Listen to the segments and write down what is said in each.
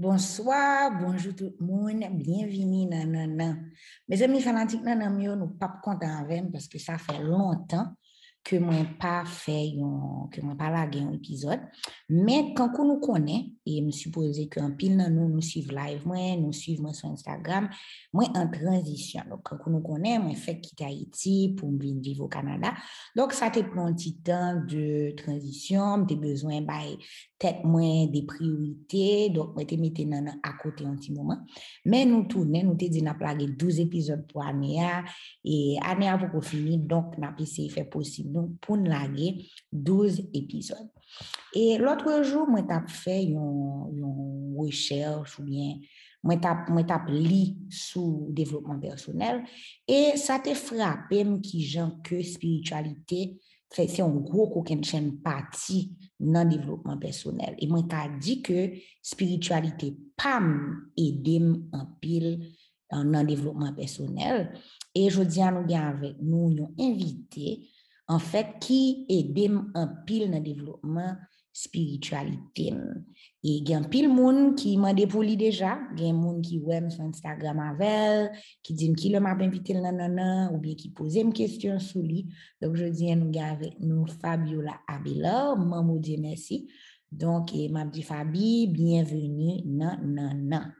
Bonsoir, bonjour tout le monde, bienvenue dans Nanan. Mes amis fanatiques Nanan, nous pas contents avec parce que ça fait longtemps que moi pas fait que moi pas lagué un épisode. Mais quand on nous connaît et me suppose qu'un pile dans nous suivent live moi, nous suivent moi sur Instagram, moi en transition. Donc quand on nous connaît, moi fait quitter Haïti pour venir vivre au Canada. Donc ça te prend un petit temps de transition, tu as besoin tête moins des priorités, donc moi te mettre nan à côté un petit moment. Mais nous tourner, nous te dit n'a plagué 12 épisodes pour année et année pour finir, donc n'a essayé faire possible donc pour laguer 12 épisodes. Et l'autre jour, moi t'ai fait une recherche ou bien moi t'ai lu sur développement personnel et ça t'a frappé qui genre que spiritualité c'est un gros coquin chaîne partie dans le développement personnel. Et moi, t'ai dit que spiritualité pas aider en pile dans le développement personnel. Et je dis à nous avec nous invité en fait qui aide en pile dans le développement spiritualité. Et il y a un pile monde qui m'a dépouli déjà, il y a un monde qui ouais sur Instagram avec qui dit qui le m'a invité ou bien qui pose une question sur lui. Donc je dis à nous avec nous Fabiola Abela, maman Dieu merci. Donc et m'a dit Fabi, bienvenue non.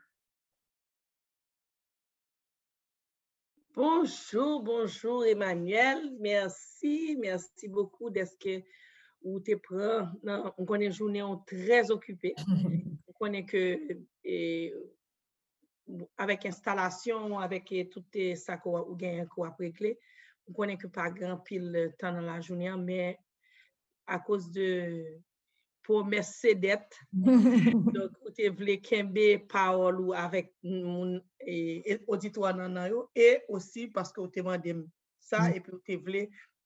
Bonjour Emmanuel, merci beaucoup d'être que vous te prend. On connaît une journée très occupée. On connaît que avec installation, avec tout ça qu'on gagne après clé, on connaît que pas grand pile temps dans la journée, mais à cause de promesse cédette, donc vous voulez kembe parole ou avec mon auditoire nan yo et aussi parce que vous demandé ça et puis vous voulez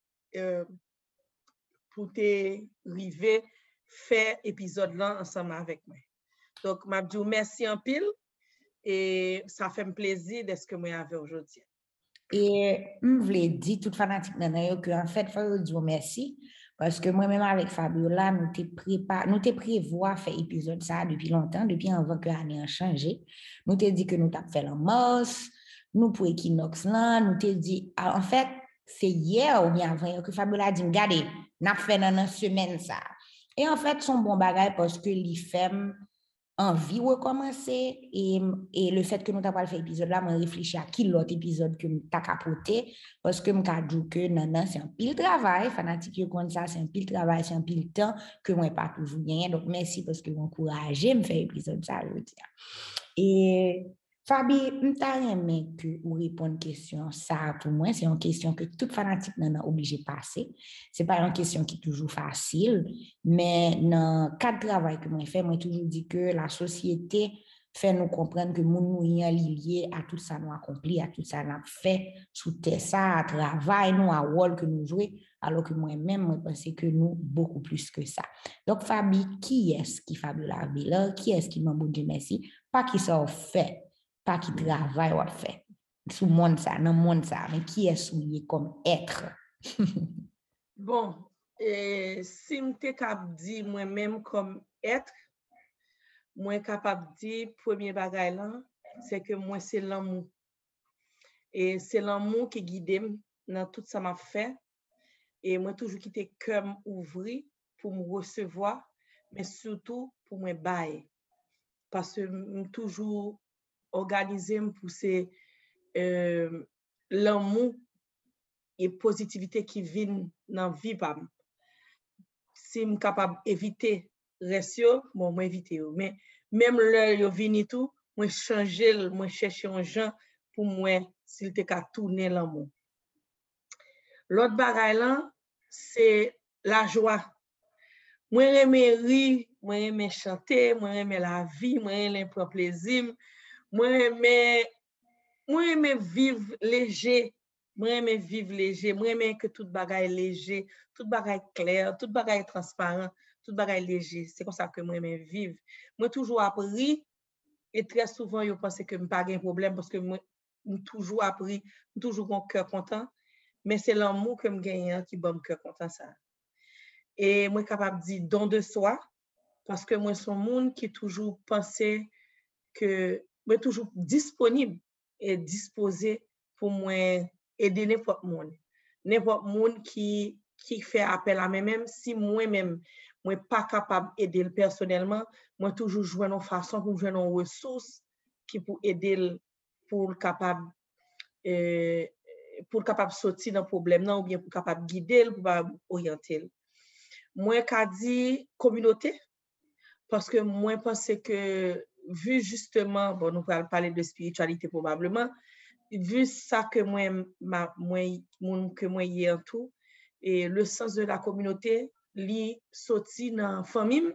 pour te river faire épisode là ensemble avec moi. Donc m'a dit merci en pile et ça fait un plaisir d'être que moi avec aujourd'hui. Et je voulais dire toute fanatique nan que en fait faut dire merci parce que moi-même avec Fabiola nous te prévoit faire épisode ça depuis longtemps, depuis avant que l'année a changé. Nous te dit que nous t'a fait la mars, nous pour équinoxe là, nous te dit en fait c'est hier ou bien avant que Fabiola dit regardez, n'a fait dans une semaine ça. Et en fait son bon bagage parce que l'IFEM envie de recommencer et le fait que nous t'avons fait épisode là, je réfléchis à qui l'autre épisode que t'as capoté parce que m'ka dit que non c'est un pile travail fanatique comme ça c'est un pile travail c'est un pile temps que moi pas toujours gagné donc merci parce que vous encouragez me faire épisode ça je veux dire et Fabi, m'ta aimé que vous répondre question ça pour moi c'est une question que toute fanatique n'a obligé de passer. C'est pas une question qui est toujours facile, mais dans le cadre de travail que moi fait, moi toujours dit que la société fait nous comprendre que nous sommes liés à tout ça nous accompli, à tout ça nous fait sous terre ça, à travail nous, à rôle que nous jouons, alors que moi-même moi pense que nous beaucoup plus que ça. Donc Fabi, qui est-ce qui Fabio Lavilla, qui est-ce qui m'a dit merci, pas qui ça fait pas qui travaille ou fait sous monde ça, dans monde ça, mais qui est souillé comme être. Bon, si m'te capable dire moi-même comme être, moi capable dire premier bagay là, c'est que moi c'est l'amour. Et c'est l'amour qui guide dans tout ça m'a fait et moi toujours quitter cœur ouvert pour me recevoir, mais surtout pour me bailler parce que toujours organiser me pousser l'amour et positivité qui viennent dans vie pas si je suis capable d'éviter restio bon moi éviter mais même le yo vini tout moi changer moi chercher un gens pour moi s'il te ka tourner l'amour l'autre bagaille là c'est la joie moi aimer rire moi aimer chanter moi aimer la vie moi aimer prendre plaisir moi aimer vivre léger. Moi, aimer vivre léger. Moi, aimer que tout bagaille léger, tout bagaille clair, tout bagaille transparent, tout bagaille léger. C'est comme ça que moi, aimer vivre. Moi, toujours appris et très souvent, je pense que je n'ai pas de problème parce que moi, toujours appris, toujours mon cœur content. Mais c'est l'amour que je gagne qui bat mon cœur content. Ça. Et moi, capable de dire don de soi parce que moi, je suis un monde qui toujours pensé que moi toujours disponible et disposé pour moi aider n'importe monde qui fait appel à moi-même si moi-même moi pas capable d'aider personnellement moi toujours jouer une façon pour jouer une ressource qui pour aider pour capable sortir dans problème non ou bien pour capable guider pour orienter moi qu'a dit communauté parce que moi pense que vu justement bon nous allons parler de spiritualité probablement vu ça que moi y en tout et le sens de la communauté li sorti dans famille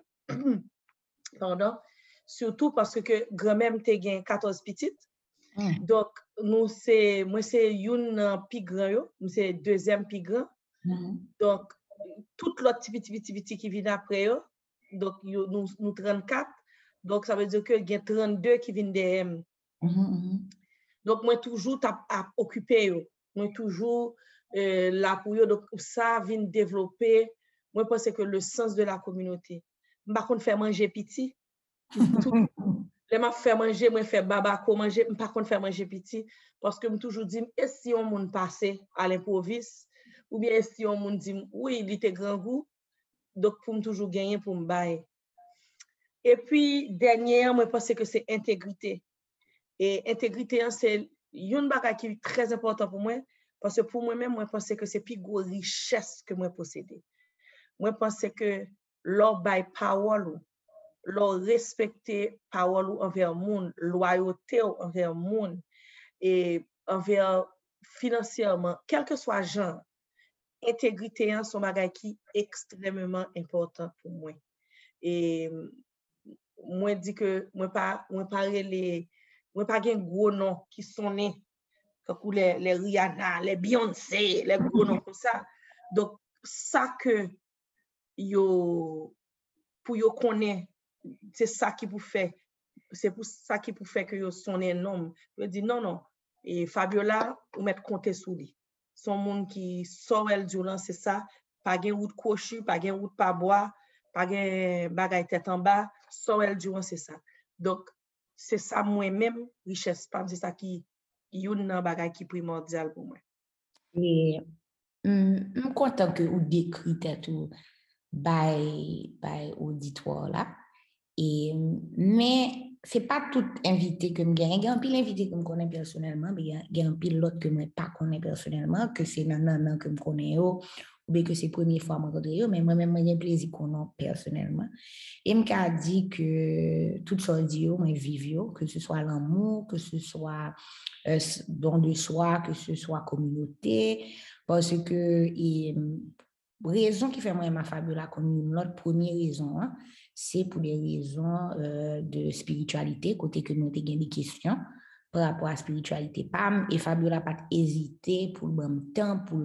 pardon surtout parce que grand-mère te gen 14 petites donc nous c'est moi c'est une plus grand c'est deuxième plus grand donc toute l'autre petit qui vient après eux donc nous 34 donc ça veut dire que il y a 32 qui viennent derrière. Donc moi toujours à occuper moi toujours là pour eux donc ça vient développer moi pense que le sens de la communauté par contre faire manger petit les m'a faire manger moi faire babako manger par contre faire manger petit parce que me toujours dit est-ce si on monde passer à l'improviste ou bien est-ce si on monde dit oui il était grand goût donc pour me toujours gagner pour me bailler et puis dernière moi pense que c'est intégrité et intégrité c'est une bagage qui est très important pour moi parce que pour moi-même moi pense que c'est plus grosse richesse que moi posséder moi pense que leur by power leur respecter parole envers monde loyauté envers monde et envers financièrement quel que soit genre intégrité en son bagage qui extrêmement important pour moi et moi dit que moi pas gain gros nom qui sont nés comme les Rihanna les Beyoncé les gros noms comme ça donc ça que yo pour yo connaître c'est ça qui vous fait c'est pour ça qui pour faire que yo son un homme je dis non et Fabiola ou mettre compter sous lui son monde qui sort elle durant c'est ça pas gain route cochu pas gain route pas bois pas gain bagaille tête en bas sort elle durant c'est ça donc c'est ça moi même richesse pas c'est ça qui une bagaille qui primordial pour moi et je suis content que vous décrivez tout by auditoire là et mais c'est pas tout invité que me gagne il y a un pile invité que me connais personnellement mais il y a un pile l'autre que moi pas connais personnellement que c'est nan que me connais ou bien que c'est première fois me rencontrer mais moi même j'ai plaisir connaître personnellement et me a dit que toute chose dit moi vivre que ce soit l'amour que ce soit don de soi que ce soit communauté parce que raison qui fait moi ma Fabiola comme l'autre première raison hein, c'est pour des raisons de spiritualité côté que nous avons des questions par rapport à la spiritualité pam et Fabiola pas hésité pour le bon temps pour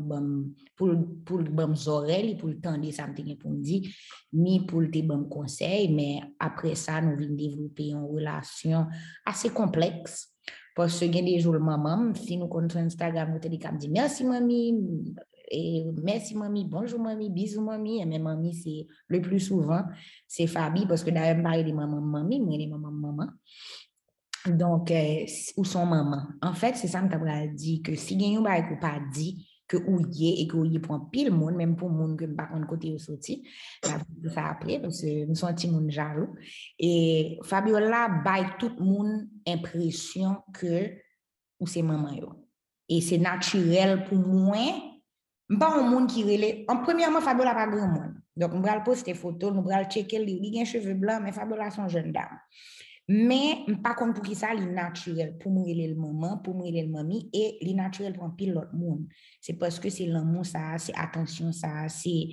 le bon oreilles pour le temps de ça me pour me dire ni pour le bon conseil mais après ça nous venons développer une relation assez complexe parce que des jours maman si nous comptons Instagram nous te dit merci mamie et merci mamie, bonjour mamie, bisous mamie. Et même mamie, c'est le plus souvent, c'est Fabi, parce que d'ailleurs, je parle de maman, mamie, mais les maman. Donc, ou son maman. En fait, c'est ça que tu as dit, que si vous n'avez pas dit que ou y et que ou y prend pile monde, même pour monde que par contre côté au sorti, ça appelé parce que nous sommes un petit monde jaloux. Et Fabiola baille tout le monde impression que ou c'est maman yo. Et c'est naturel pour moi. Pas un monde qui relève. En premièrement, Fabiola pas grand monde. Donc, on va poster photos, on va checker, il a un cheveux blancs, mais Fabiola sont jeune dame. Mais, par contre, pour qui ça, il naturel. Pour moi, le maman, pour moi, le mamie, et il naturel pour un pile l'autre monde. C'est parce que c'est l'amour, ça, c'est attention, ça, c'est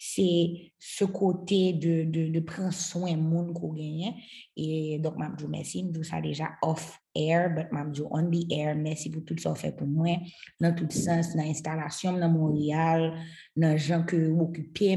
ce côté de prendre soin monde qu'on gagne. Et donc, je vous remercie, je vous ça déjà off air, but je on the air. Merci pour tout ça fait pour moi. Dans tout sens, dans l'installation, dans Montréal, dans les gens que vous occupez.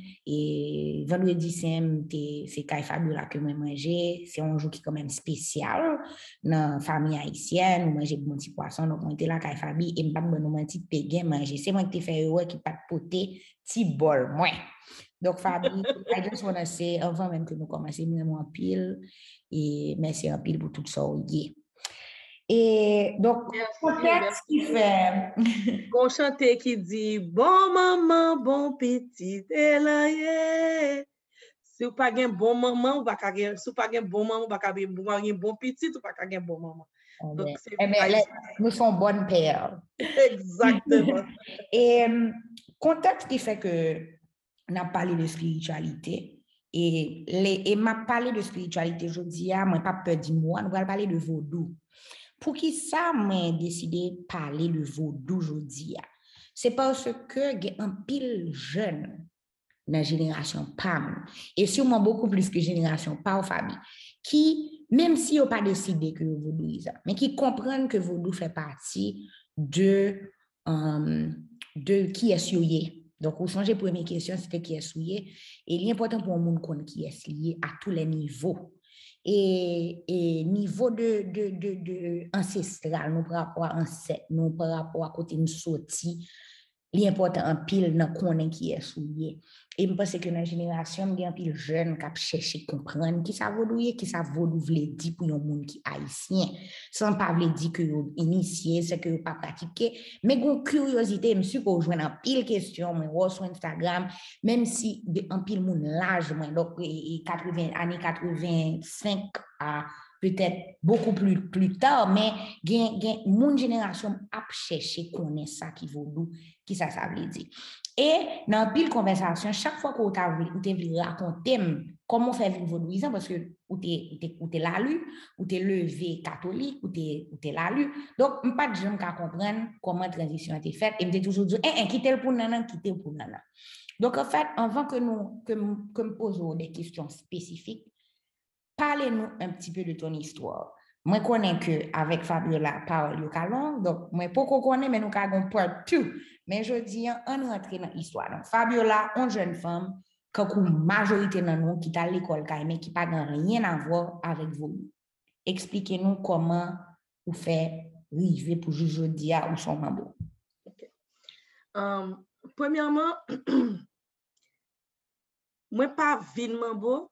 Et vendredi, c'est Kai Fabiola que moi manger. C'est un jour qui est quand même spécial dans la famille haïtienne. Nous mangeons bon petit poisson. Donc, on était là, Kai Fabi, et je me suis dit, petit péguin manger. C'est moi qui t'ai fait heureux, qui pas de poté, petit bol, moi. Donc, Fabi, I just want to say, avant même que nous commencions, vraiment en pile, et merci en pile pour tout ça. Et donc, peut-être ce qui fait... Gon chante qui dit, bon maman, bon petit, elaye. Si ou pas gen bon maman, ou pas gen, si ou pas gen bon maman, ou pas gen bon petit, ou pas gen bon maman. Donc, c'est nous sommes bonnes pères. Exactement. Et contexte qui fait que on a parlé de spiritualité et m'a parlé de spiritualité aujourd'hui, moi pas peur du mot, on va parler de vaudou. Pour qui ça m'a décidé de parler de vaudou aujourd'hui? C'est parce que il y a un pile jeune dans la génération PAM, et sûrement beaucoup plus que génération PAM, Fabi, qui, même si n'ont pas décidé que vaudou, mais qui comprennent que vaudou fait partie de qui est souillé. Donc, vous changez première question, c'était qui est souillé. Et l'important pour le monde qu'on qui est lié à tous les niveaux. Et niveau de ancestral, nous par rapport à ancêtre, nous par rapport à côté de sortie, l'important en pile dans connaît qui est souillé. Et je pense que dans la génération, il y a un pile jeune qui a cherché comprendre qui ça vaudouiller, qui ça vaudou vle dire pour un monde qui haïtien, sans pas vle dire que vous initié, c'est que vous pas pratiqué, mais une curiosité, monsieur, pour joindre un pile question, moi, sur Instagram, même si un pile monde l'âge, donc, 80, années 85 à peut-être beaucoup plus tard, mais mon génération a cherché connaître ça qui vaudou, qui ça veut dire. Et dans pile conversation, chaque fois que vous avez raconté comment faire vivre vaudouisme, parce que vous avez la lu, vous avez levé catholique, vous avez la lu. Donc, je ne pas de gens qui comprendre comment la transition a été faite. Et je toujours dit, quittez le pour nana, quittez le pour nana. Donc, en fait, avant que nous posons des questions spécifiques, parlez-nous un petit peu de ton histoire. Moi, je connais qu'avec Fabiola, parole le calon, donc moi, pas qu'on connaît, mais nous avons part tout. Mais je dis, on rentre dans l'histoire. Donc, Fabiola, une jeune femme, qui a une majorité dans nous, qui est à l'école, mais qui n'a rien à voir avec vous. Expliquez-nous comment vous faites arriver pour juger dia ou son mambo. Okay. Premièrement, moi, pas vin mambo,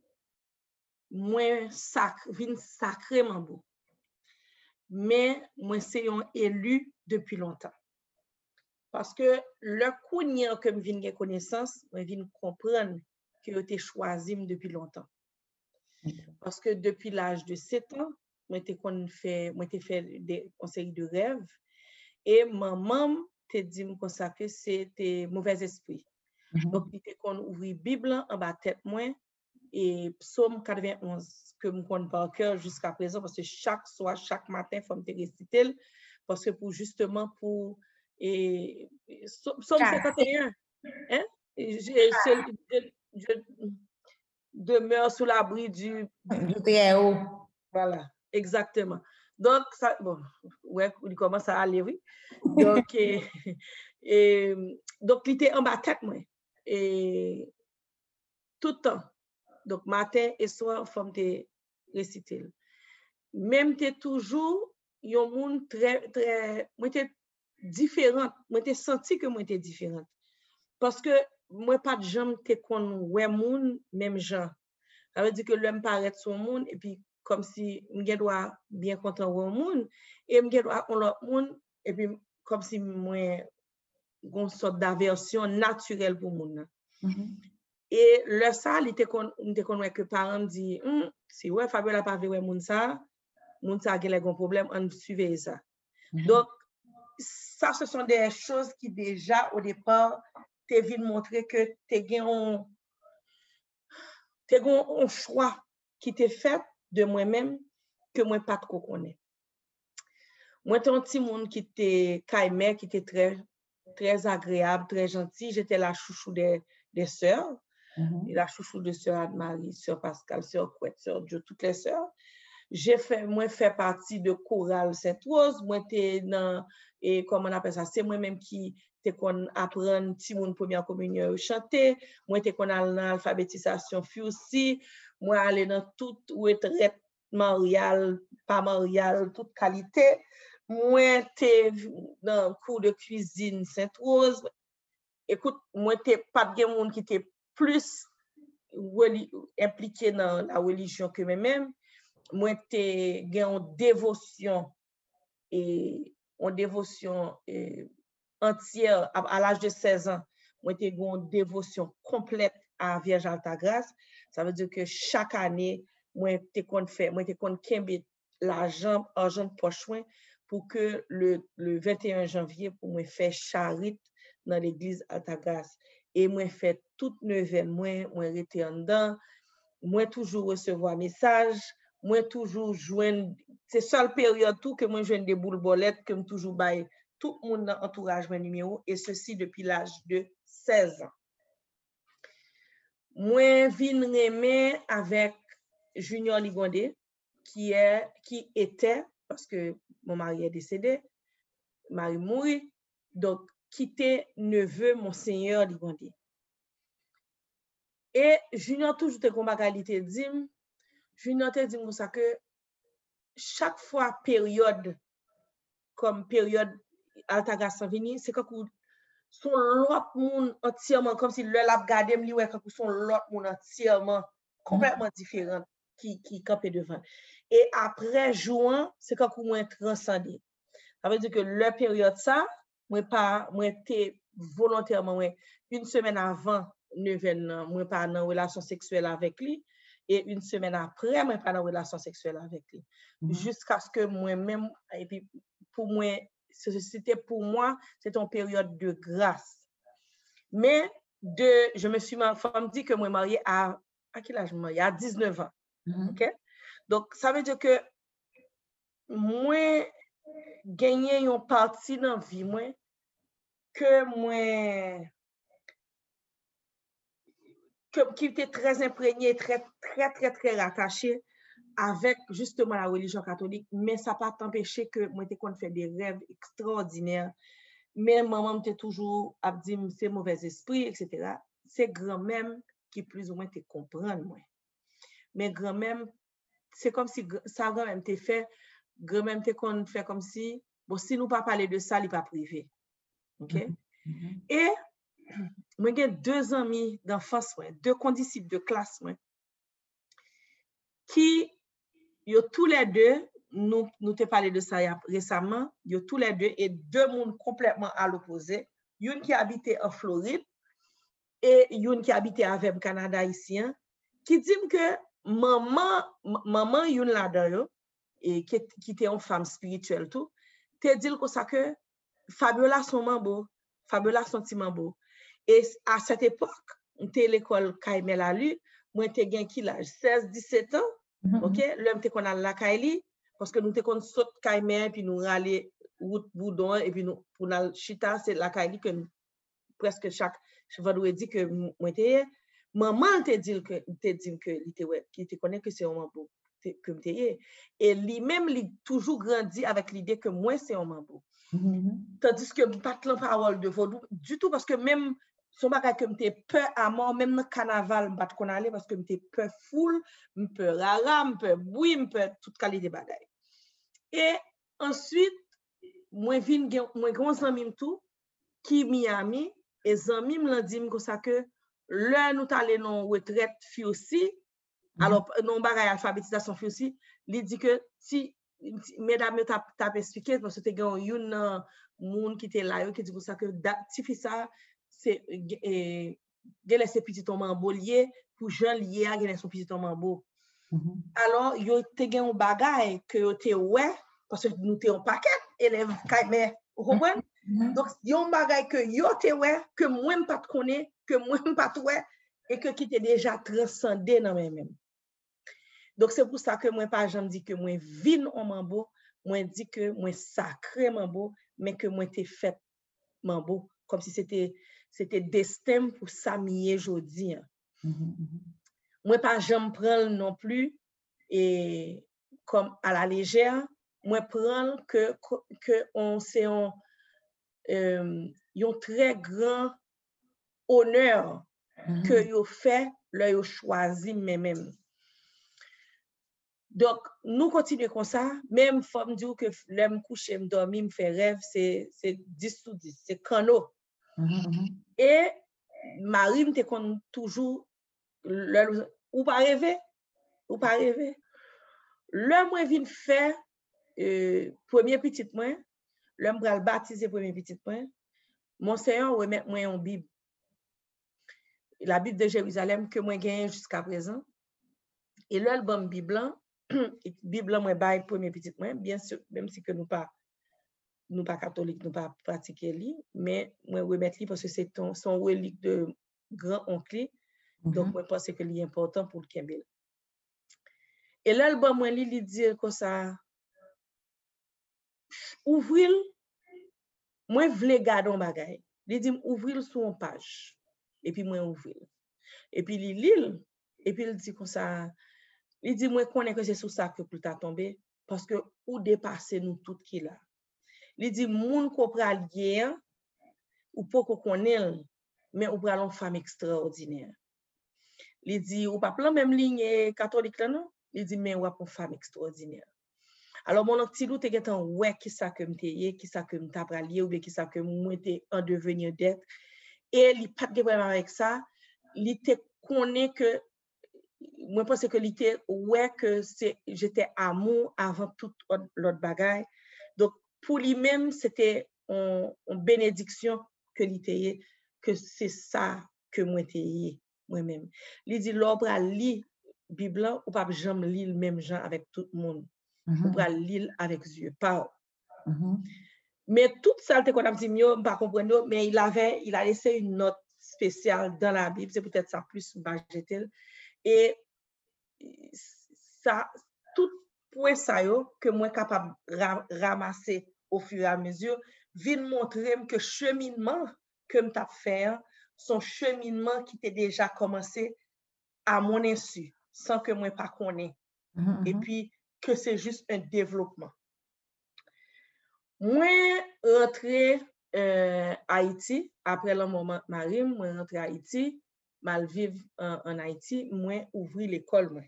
moi, vin sacré mambo. Mais moi, c'est un élu depuis longtemps. Parce que le kounyan que je viens de connaissance, je viens de comprendre que j'ai choisi depuis longtemps. Parce que depuis l'âge de 7 ans, moi, j'ai fait des conseils de rêve. Et maman t'a dit que c'était mauvais esprit. Donc, il était qu'on ouvrit Bible en bas tête moi et Psaume 91 que je connais par cœur jusqu'à présent parce que chaque soir, chaque matin, il faut me réciter parce que pour justement pour Psaume 51, hein? Je demeure sous l'abri du très haut. Voilà, exactement. Donc, ça, bon, ouais, il commence à aller, oui. Donc, donc, il était en bas tête, moi. Et tout le temps. Donc, matin et soir, il faut me réciter. Même t'es toujours, il y a un monde très, moi, t'es différente. Moi, t'es senti que moi, t'es différente. Parce que moi, pas de gens, t'es qu'on ouais, monde, même gens. Ça veut dire que l'homme paraît son monde, et puis, comme si je dois bien content au monde, et je dois on l'autre monde, et puis, comme si moi, une sorte d'aversion naturelle pour le monde. Et le ça, il était qu'on que parents disent, si ouais, Fabiola pas vu monde ça a un problème, on suivait ça. Donc, ça, ce sont des choses qui déjà, au départ, t'es venu montrer que t'es un choix qui t'est fait de moi-même que moi pas trop connais. Moi, t'es un petit monde qui était caïmé, qui était très, très agréable, très gentil. J'étais la chouchou des sœurs. Et la chouchou de sœur Anne-Marie, sœur Pascal, sœur Couette, sœur Dieu, toutes les sœurs. Moi, fait partie de chorale Sainte-Rose. Moi, t'es dans, et comment on appelle ça, c'est moi-même qui t'es qu'on apprend petit monde première communion chanter. Moi, t'es qu'on a l'alphabétisation aussi. Moi, aller dans toute retraite mariale, pas mariale, toute qualité. Moi, t'es dans le cours de cuisine Sainte-Rose. écoute, moi, t'es pas de monde qui était plus impliqué dans la religion que moi-même. Moi, t'es en dévotion et entière à l'âge de 16 ans. Moi, t'es en dévotion complète à Vierge Altagrace. Ça veut dire que chaque année, moi, t'es qu'on kembe l'argent de poche pour que le 21 janvier, pour moi faire charite dans l'église Altagrace. Et moi, fait toute neuvaine, moi rete en dedans, moi toujours recevoir message, moi toujours joindre, c'est seule période tout que moi joindre des boules bolettes que me toujours bail tout le monde dans entourage mon numéro et ceci depuis l'âge de 16 ans. Moi vinn remè avec Junior Ligondé qui était parce que mon mari est décédé, mari mouri, donc qui était neveu Monseigneur Ligondé. Et Junior toujours te combat qualité dim, Junior te dit comme ça que chaque fois période comme période Altagrace vini, c'est quand son l'autre monde entièrement comme si le l'a gardé me ouais quand son l'autre monde entièrement complètement différent qui campait devant. Et après juin, c'est quand moi transcendé. Ça veut dire que la période ça, moi était volontairement une semaine avant neuvaine, moi pas en relation sexuelle avec lui et une semaine après moi pas en relation sexuelle avec lui. Jusqu'à ce que moi-même et puis pour moi c'était une période de grâce. Mais je me suis dit que moi mariée à quel âge moi à 19 ans. OK? Donc ça veut dire que moi gagner une partie dans vie moi que moi qui était très imprégné, très rattaché avec justement la religion catholique, mais ça n'a pas empêché que moi j'étais fait des rêves extraordinaires. Mais maman m'était toujours a dit c'est mauvais esprit, etc. C'est grand-mère qui plus ou moins te comprendre moi. Mais grand-mère, c'est comme si ça grand-mère te fait, grand-mère te fait comme si, bon, si nous pas parler de ça, il pas privé. OK? Et moi j'ai 2 amis d'enfance, 2 condisciples de classe, qui yo tous les deux, nous te parlé de ça récemment, yo tous les deux et 2 mondes complètement à l'opposé. Une qui habitait en Floride et une qui habitait avec Canada ici, qui dit que maman une là-dedans et qui était une femme spirituelle tout, te dit comme ça que Fabiola son mambo, Fabiola son petit mambo. Et à cette époque, j'étais l'école Kaimel à lui, moi j'étais gain qui l'âge 16-17 ans. OK, l'homme te qu'on a la Kaili parce que nous te qu'on saute Kaimel puis nous râler route Boudon et puis nous pour la chita c'est la Kaili que presque chaque vendredi que moi t'ai maman te dit que il te connaît que c'est un mambo que m'était et lui-même il toujours grandi avec l'idée que moi c'est un mambo. Tandis que pas de parole de vaudou du tout parce que même son bagage que m'était peur à mort même dans carnaval pas qu'on aller parce que m'était peur foule, m'peur rara, m'peur bruit, m'peur toute qualité bagage. Et ensuite moi vinn moi grand ami tout qui Miami et zami m'l'a dit comme ça que là nous t'aller non retraite fi aussi alors non bagage alphabétisation fi aussi il dit que si mesdames t'a expliqué parce que t'es gan une monde qui était là qui dit pour ça que ti fi ça c'est gèle ses petits mambo lié pour Jean lié à gèle son petit mambo. Alors yo te gen un bagay que yo te ouais parce que nous te un paquet élèves mais vous comprenez. Donc yon bagay que yo te ouais que moi pas connais que moi pas ouais et que qui était déjà transcendé dans même. Donc c'est pour ça que moi pas jamais dit que moi vine en mambo, moi dit que moi sacré mambo mais que moi t'ai fait mambo comme si c'était destin pour ça mié jodi. Moi pas jamais prendre non plus et comme à la légère, moi prendre que on c'est un très grand honneur que yo fait là yo choisi même. Donc nous continuons comme ça, même faut me dire que l'aime coucher me dormir me fait rêve c'est 10 sur 10, c'est cano. Et Marie me te kon toujours ou pas rêver, ou pas rêver. Le moi vinn faire premier petit moi, le m'bral baptiser premier petit moi, Monseigneur remet moi en Bible. La Bible de Jérusalem que moi gagne jusqu'à présent. Et l'album Bible, Bible moi bail premier petit moi, bien sûr, même si que nous pas catholiques, nous pas pratiquer li, mais moi remettre li parce que c'est son relique de grand oncle. Donc moi pense que li important pour le Kembel. Et l'album moi li dit comme ça ouvrir moi vle garder bagay. Li dit ouvrir sur une page. Et puis moi ouvrir. Et puis li lit et puis il dit comme ça il dit moi connais que c'est sous ça que pour t'a tombé parce que ou dépasser nous tout qui là. Il dit moun ko pral guerre ou pas qu'on connaît mais ou pral une femme extraordinaire. Il dit ou pas plan même ligne catholique là non. Il dit mais ou une femme extraordinaire. Alors mon petit loup te getan ouais qui ça que m'teye, qui ça que m'ta pralier ou bien qui ça que moi t'es en devenir d'être et il pas de problème avec ça, il te connaît que moi pense que il était ouais que c'est j'étais amour avant toute l'autre bagaille. Donc pour lui-même c'était une bénédiction que il était que c'est ça que moi t'ai moi-même. Il dit l'obra li Bible ou pas jamais lire le même genre avec tout le monde. Ou pral lire avec yeux pas. Mais toute ça qu'on a dit mieux pas comprendre mais il a laissé une note spéciale dans la Bible, c'est peut-être ça plus budgétel et ça tout point ça yo que moi capable ramasser au fur et à mesure vient montrer que cheminement que m't'a fait son cheminement qui était déjà commencé à mon insu sans que moi pas connais et puis que c'est juste un développement. Moi rentré Haïti après le moment Marie, moi rentré Haïti, mal vivre en Haïti, moi ouvrir l'école moi.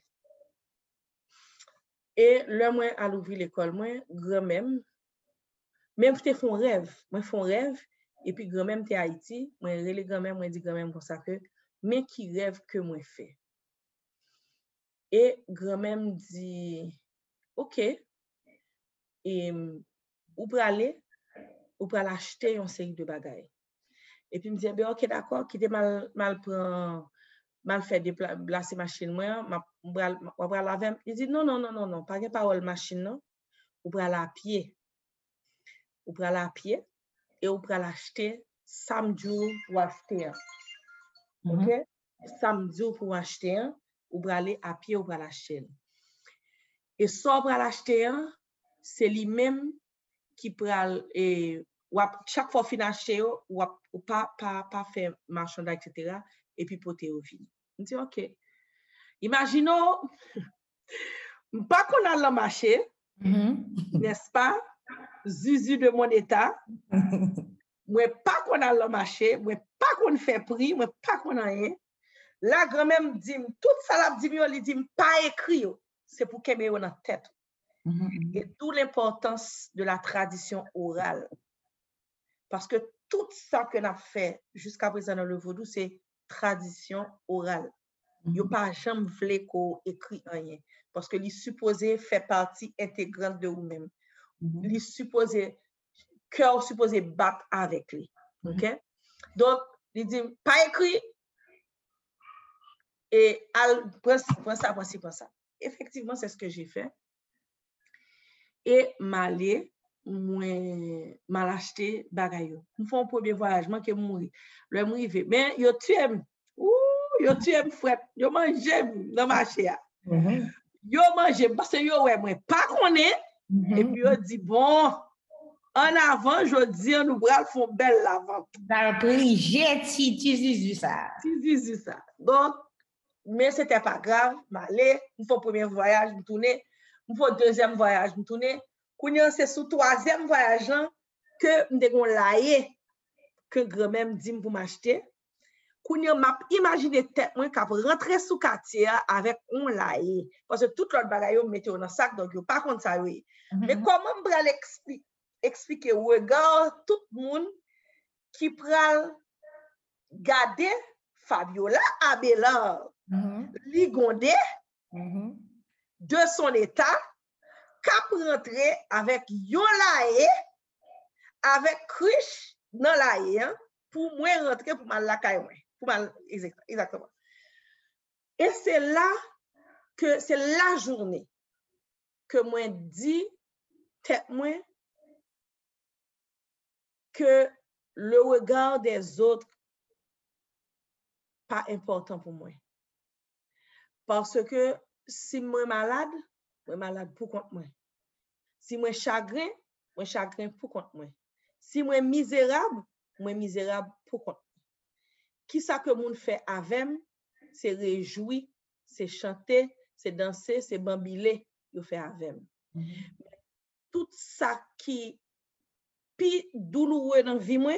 Et là moi à l'ouvrir l'école moi, grand-même te font rêve, moi font rêve et puis grand-même t'es Haïti, moi relé grand-même moi dit grand-même pour ça que mais qui rêve que moi fait. Et grand-même dit OK. Et ou pour aller ou pour acheter une série de bagages. Et puis me dit ben OK d'accord, qui était mal fait déplacer machine moi, on va laver. Il dit non, pas de parole machine non. Ou pour aller à pied. Ou pour aller à pied et ou pour aller acheter samedi pour acheter. OK? Samedi pour acheter ou pour aller à pied ou pour aller acheter. Et ça pour aller acheter c'est lui-même qui pral et chaque fois fin acheter ou pas faire marchandise etc. et puis porter au vin. On dit OK. Imaginons pas qu'on a le marché, n'est-ce pas? Zuzu de mon état. Moi pas qu'on a le marché, moi pas qu'on fait prix, moi pas qu'on a rien. La grand-mère dit tout ça la dit il dit pas écrit, c'est pour qu'elle ait dans tête. Et d'où l'importance de la tradition orale. Parce que tout ça que n'a fait jusqu'à présent dans le vaudou, c'est tradition orale. Il n'y a pas jamais voulu qu'on écrit rien. Parce que il supposé faire partie intégrante de vous-même. Il supposé, cœur supposé battre avec lui. OK? Donc, il dit, pas écrit. Et prends ça. Effectivement, c'est ce que j'ai fait. Et m'aller mal acheté bagaille. Nous faisons un premier voyage, moi qui mourir. Le mourir mais yo tu aimes. Yo tu aimes frère, yo manger dans marché. Yo manger parce que yo ouais moi pas connaît et puis yo dit bon en avant je dis nous bral font belle la vente. Dans prix j'ai tu ça. Tu ça. Donc mais c'était pas grave, m'aller, nous faisons premier voyage, nous tourner, nous faisons deuxième voyage, nous tourner. Kounya c'est sous troisième voyage que m'degon laye que grand-mère me dit pour m'acheter. Kounya m'a imaginé tête moi qu'a rentrer sous quartier avec on laye parce que toute l'autre bagaille yo mettait dans sac donc yo pas contre ça oui. Mais comment m'bral expliquer regarde tout le monde qui pral garder Fabiola Abelard, ligondé de son état, cap rentrer avec Yolae, avec Krish dans la pour moi rentrer pour mal la caille, pour mal exactement. Et c'est là que c'est la journée que moi dit tête moi que le regard des autres pas important pour moi. Parce que si moi malade pour compte moi. Si moi chagrin pour compte moi. Si moi misérable pour compte. Qui ça que moun fait avec, c'est réjouir, c'est chanter, c'est danser, c'est bambiler, yo fait avec. Tout ça qui pi douloureux dans vie moi,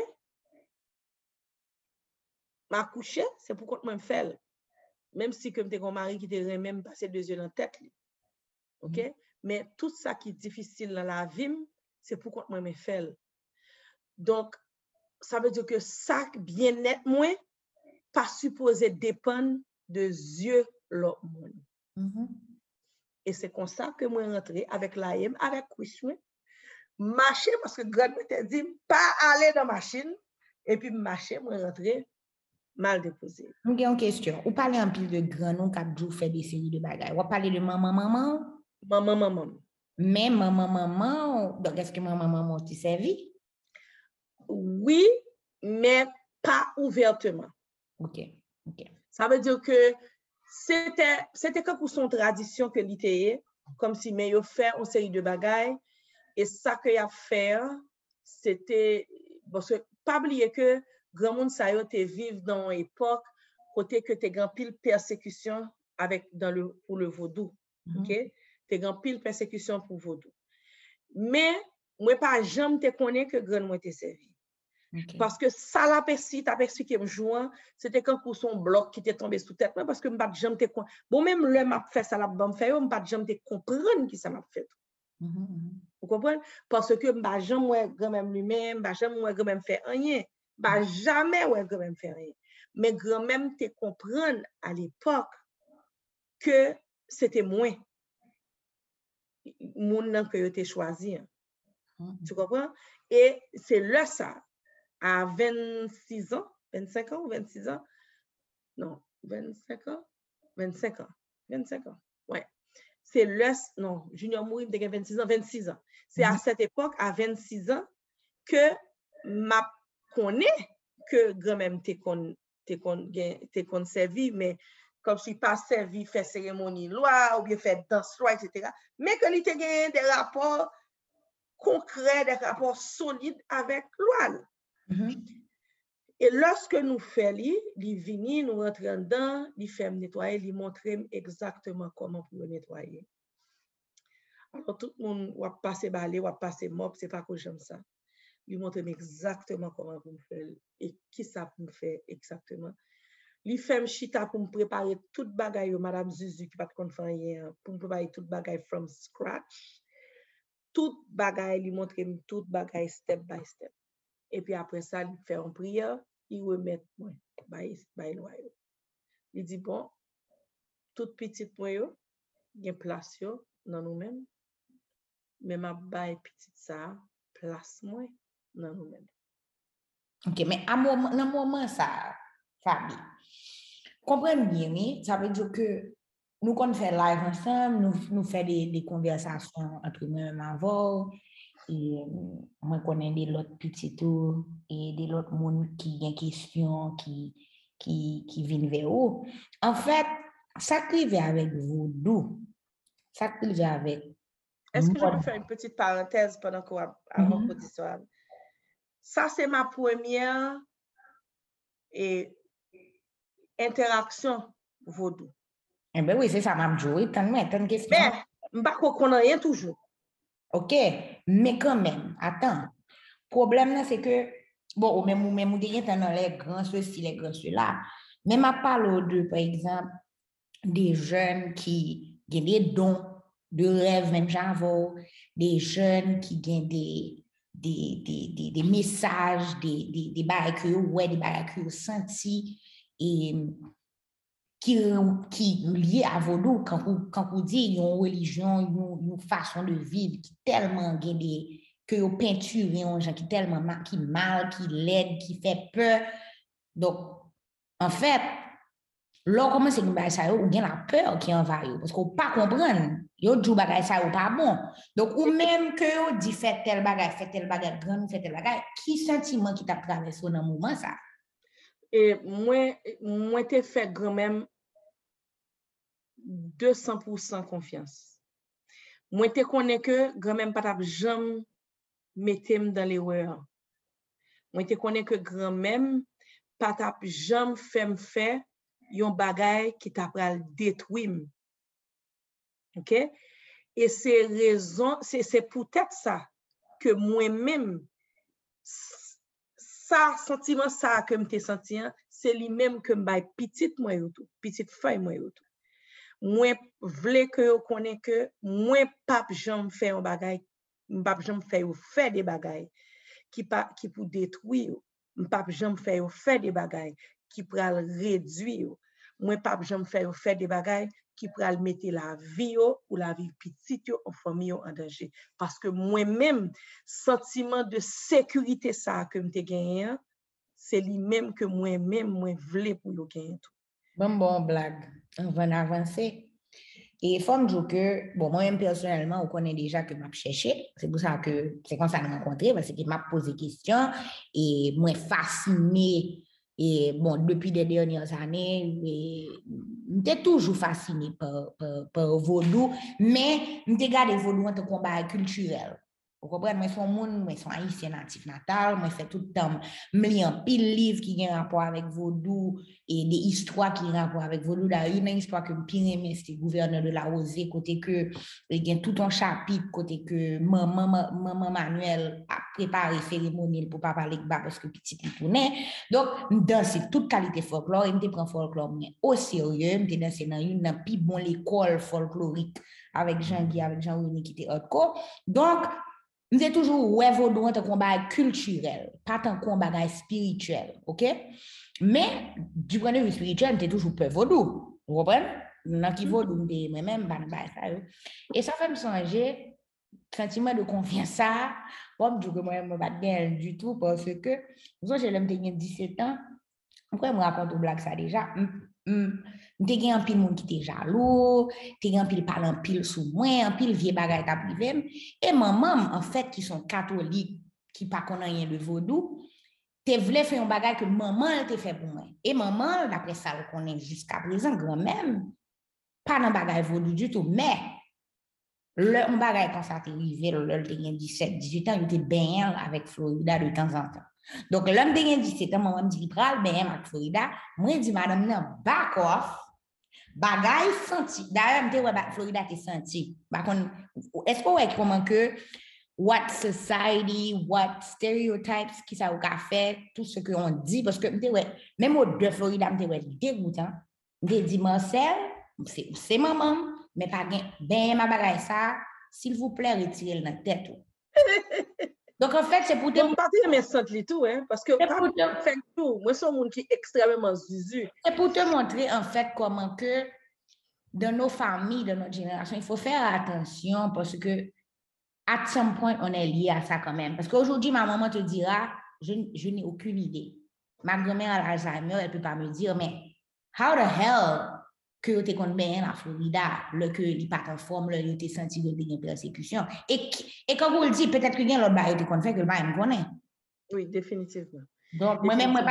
m'a couché, c'est pour compte moi faire. Même si comme t'es un mari qui te même passer 2 yeux dans tête. OK? Mais tout ça qui est difficile dans la vie, c'est pour compte moi me faire. Donc ça veut dire que ça bien-être moi pas supposé dépendre de yeux l'autre monde. Et c'est comme ça que moi rentré avec l'AM, avec Christmas, marcher parce que grand m'a dit pas aller dans machine et puis marcher moi rentré mal déposé. J'ai une question. Vous parlez en pile de grand nom qui a fait des séries de bagages. Vous parlez de maman. Mais maman, donc est-ce que maman t'a servi? Oui, mais pas ouvertement. OK. Ça veut dire que c'était comme son tradition que l'ité comme si mais yo fait une série de bagages et ça que y a fait c'était parce que pas oublier que grand monde ça yo te vivre dans une époque côté que t'es grand pile persécution avec pour le vaudou. OK? T'es grand pile persécution pour vaudou. Mais moi pas jamais te connais que grand moi te servi. Okay. Parce que ça l'a perçu, t'as perçu que me jouant, c'était quand pour son bloc qui était tombé sous tête parce que m'pas jamais te bon même le m'a fait ça la bon fait m'pas jamais te comprendre qui ça m'a fait. Vous comprenez parce que m'pas jamais ouais grand même lui-même, m'pas jamais ouais grand même fait rien, m'pas jamais ouais grand même fait rien. Mais grand même te comprendre à l'époque que c'était moi mon que tu choisi. Tu comprends? Et c'est là ça à 26 ans, 25 ans ou 26 ans? Non, 25 ans? 25 ans. 25 ans. Ouais. C'est le, non, Junior Mourim, il 26 ans, 26 ans. C'est à cette époque, à 26 ans, que m'a connaît que grand-même t'es qu'on servi, mais comme si pas servi, fait cérémonie loi, ou bien fait danse loi, etc. Mais que l'ité gagné des rapports concrets, des rapports solides avec loi. Et lorsque nous faisons, il vient, nous rentrons dedans, il fait nettoyer, il montre exactement comment pour le nettoyer. Alors tout le monde va passer balai, va passer mop, c'est pas que j'aime ça. Il montre exactement comment pour me faire et qui ça pour me faire exactement. Il fait un chita pour me préparer toute bagaille, Madame Zuzu qui va te faire pour me préparer toute bagaille from scratch. Toute bagaille, il montre toute bagaille step by step. Et puis après ça, il fait une prière, il remet moi, il dit bon, toute petite moi yo, gen place yo dans nous-mêmes, mais ma bail petite ça, place moi dans nous-mêmes. OK, mais à dans moment ça, Fabi. Comprenez bien, oui, ça veut dire que nous quand on fait live ensemble, nous fait des conversations entre nous-mêmes avant. Et moi connais des autres petits tout et des autres monde qui ont des questions qui viennent vers vous. En fait, ça qui vient avec vous, d'où? Ça qui vient avec. Est-ce que je peux faire une petite parenthèse pendant avant qu'on dise ça? Ça, c'est ma première interaction vaudou. Eh bien oui, c'est ça, m'a joué. T'as une question. Mais, je ne sais pas qu'on a rien toujours. OK, mais quand même, attends. Le problème, c'est que, bon, même vous dans les grands ceci, les grands ceux-là. Mais je parle de, par exemple, des jeunes qui ont des dons de rêve, même j'avoue, des jeunes qui ont des messages, des bagages que ouais, des bagages que senti et qui lié à vaudou quand vous dit une religion, une façon de vivre qui tellement des que vous peinturez un gens qui tellement qui mal, qui laide, qui fait peur. Donc en fait, là commence à bagay ça ou bien la peur qui envahit parce qu'on pas comprendre. Yo dit bagay ça ou pas bon. Donc ou même que yo dit fait tel bagay grand, fait tel bagay, qui sentiment qui t'a traversé dans moment ça? Et moi t'ai fait grand même 200% confiance. Moi te connais que grand même pas t'a jamais mettem dans l'erreur. Moi te connais que grand même pas t'a jamais fait yon bagay qui t'a pral détruire. OK? Et c'est raison, c'est peut-être ça que moi-même ça sentiment ça que m'te senti, c'est lui-même que m'bay petite moi yo tout, petite feuille moi yo tout. Moi vle que yo connaît que moi pas jamais fait un bagay, m'pas jamais fait des bagay qui pour détruire, m'pas jamais fait des bagay qui pral réduire. Moi pas jamais fait des bagay qui pral mettre la vie ou la vie petite en famille en danger parce que moi-même sentiment de sécurité ça que m'te gagné, c'est lui-même que moi-même moi vle pour yo gagner tout. Bon blague. On va avancer. Et faut me dire que, bon, moi-même personnellement, on connaît déjà que m'a cherché. C'est pour ça que c'est comme ça que nous rencontré, parce que m'a posé question et moi fasciné. Et bon, depuis les dernières années, j'étais toujours fasciné par vaudou, mais j'étais gardé vaudou en tant que combat culturel. Vous comprenez? Moi, son monde, moi, son haïtien natif natal, moi, fait tout le temps, me lis un pile livre qui a un rapport avec vaudou et des histoires qui ont un rapport avec vaudou. Là, une histoire que me pire aimé, c'était gouverneur de la Rosée, côté que, il y a tout un chapitre, côté que maman Manuel a préparé cérémonie pour pas parler de parce que petit il tournait. Donc, danser toute qualité folklore, et me prend folklore au sérieux, me danser dans une plus bonne école folklorique avec Jean-Guy, avec Jean-René qui était hardcore. Donc, nous toujours ouais vaudou en tant qu'on bagage culturel, pas tant qu'on bagage spirituel, OK? Mais du point de vue spirituel, t'es toujours peu vaudou. Vous comprenez? Dans qui vaudou moi-même pas ça. Et ça fait me songer sentiment de confiance ça, bon du que moi me pas bien du tout parce que moi j'ai l'aime 17 ans. Pourquoi me raconte une blague ça déjà? T'es gen un pile monde qui était jaloux, t'es gen un pile parle un pile sous moi, un pile vieux bagay ta privé. Et maman, en fait, qui sont catholiques, qui pas connaissent rien de vaudou, t'es voulu faire un bagay que maman elle te fait pour moi. Et maman, d'après ça, on connaît jusqu'à présent, grand même, pas dans bagay vaudou du tout, mais le bagay quand ça t'est arrivé, le t'es 17, 18 ans, il était bien avec Florida de temps en temps. Donc, l'homme de 17 ans, maman me dit, il pral bien avec Florida. Moi, je dis, madame, non, back off. Bagay senti. D'ailleurs, je dis, Florida t'es senti. Est-ce que vous voyez comment que what society, what stereotypes qui ça ou fait, tout ce qu'on dit, parce que même au de Florida, je suis dégoûtant. Je dis, Marcel, c'est maman, mais pas ben ma bagaille ça, s'il vous plaît, retirez-le dans la tête. Donc, en fait, c'est pour te... Bon, pas mais sentir tout, hein, parce que pas fait tout. Moi, c'est un monde qui est extrêmement zuzu. C'est pour te montrer, en fait, comment que dans nos familles, dans notre génération, il faut faire attention parce que à some point, on est lié à ça quand même. Parce qu'aujourd'hui, ma maman te dira, je n'ai aucune idée. Ma grand-mère a l'Alzheimer, elle ne peut pas me dire, mais how the hell que tu es bien la Florida, le que il pas en forme, le tu senti de une persécution. Et quand vous le dites, peut-être que y a l'autre bail tu fait que le bail me connaît. Oui, définitivement. Donc, moi-même, moi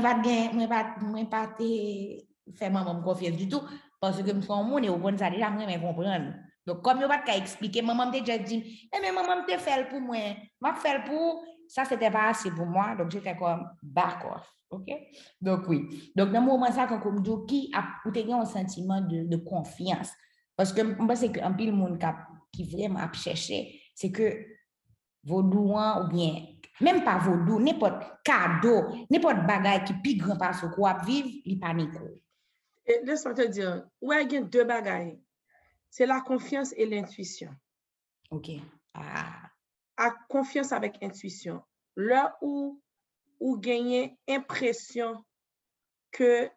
pas faire maman confiance du tout, parce que je suis un monde et au bon ça déjà, moi, je comprendre. Donc, comme je ne peux pas expliquer, maman m'a déjà dit, mais maman m'a fait pour moi, m'a fait pour, ça, c'était pas assez pour moi, donc j'étais comme back off, ok? Donc, oui. Donc, dans le moment ça, quand on me dit, qui a un sentiment de confiance, parce que je pense qu'un pile monde qui vraiment a cherché, c'est que vaudouan ou bien, même pas vaudou, n'importe cadeau, n'importe bagaille qui plus grand par ce quoi vivre, il panique. Laisse-moi te dire, ouais, il y a deux bagailles. C'est la confiance et l'intuition. OK. Ah. à confiance avec intuition. Là où gagner impression que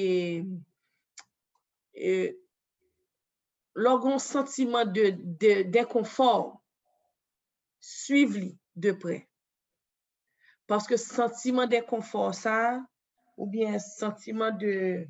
l'orgon sentiment d'inconfort, suivez-le de près. Parce que sentiment d'inconfort, ça, ou bien sentiment de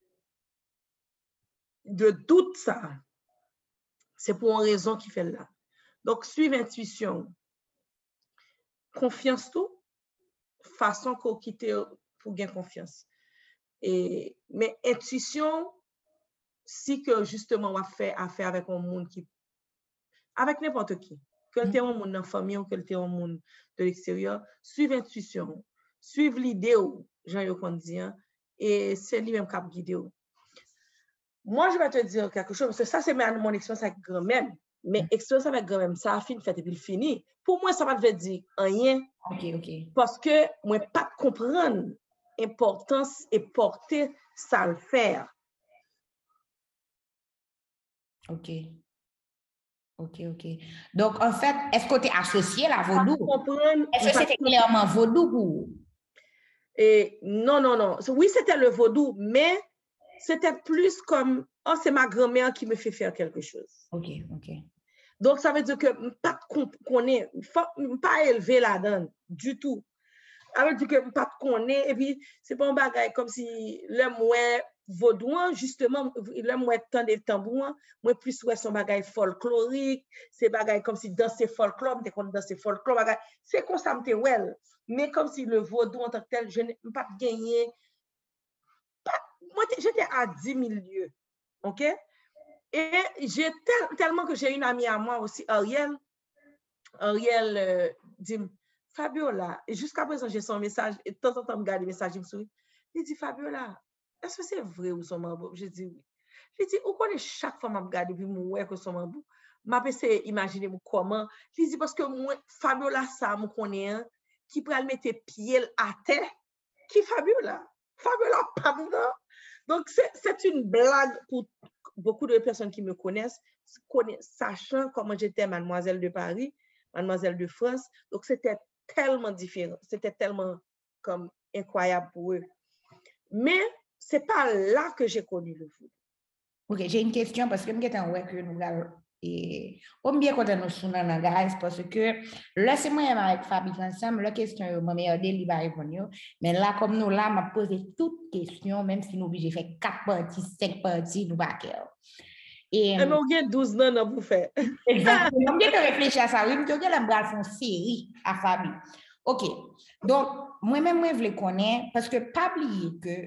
doute, ça, c'est pour une raison qui fait là. Donc, suivre intuition, confiance tout, façon qu'on quitte pour gagner confiance. Mais intuition, si que justement on a fait affaire avec un monde qui, avec n'importe qui, que tu es un monde dans la famille ou que tu es un monde de l'extérieur, suivre intuition, suivre l'idée, Jean-Yves dit, et c'est lui-même qui a guidé. Moi, je vais te dire quelque chose, parce que ça, c'est mon expérience avec grand-mère. Mais expérience avec grand-mère, ça a fini, fait et puis fini. Pour moi, ça ne veut dire rien. OK. Parce que moi, pas comprendre l'importance et porter ça le faire. OK. Donc, en fait, est-ce que tu es associé à vaudou? Est-ce que c'était clairement vaudou? Non. Oui, c'était le vaudou, mais c'était plus comme, oh, c'est ma grand-mère qui me fait faire quelque chose. OK. Donc, ça veut dire que pas connaît, pas élevé là-dedans du tout. Ça veut dire que pas connaît, et puis c'est pas un bagage comme si le moi vaudouin, justement, le moi tant des tambours, moi plus ouais son bagage folklorique, c'est bagage comme si danser folklore, dès qu'on danser folklore, c'est comme ça me well. Mais comme si le vaudou en tant que tel, je n'ai pas gagné. Moi, j'étais à 10 000 lieues. OK? Et j'ai tellement que j'ai une amie à moi aussi, Ariel dit, Fabiola, et jusqu'à présent, j'ai son message, et de temps en temps, je regarde les messages, il me sourit. Il dit, Fabiola, est-ce que c'est vrai ou son mambou? Je dis oui. Il dit, où connaît chaque fois que je regarde, puis je vois que son mambou, je peux imaginer comment. Il dit, parce que moi, Fabiola, ça, je connais, qui peut mettre pied à terre, qui Fabiola? Fabiola, pas dedans. Donc, c'est une blague pour beaucoup de personnes qui me connaissent, sachant comment j'étais mademoiselle de Paris, mademoiselle de France. Donc, c'était tellement différent. C'était tellement comme incroyable pour eux. Mais c'est pas là que j'ai connu le foot. OK, j'ai une question parce que je suis que nous et on bien content nous sounan guys parce que là c'est moi avec Fabi ensemble la question moi meilleur il va répondre mais là comme nous là m'a posé toutes questions même si nous obligé faire 4 parties 5 parties nous pas faire et mais on gagne 12 ans dans pour faire exactement bien que réfléchir à ça oui que la bral font série à Fabi. OK, donc moi-même moi je connais parce que pas oublier que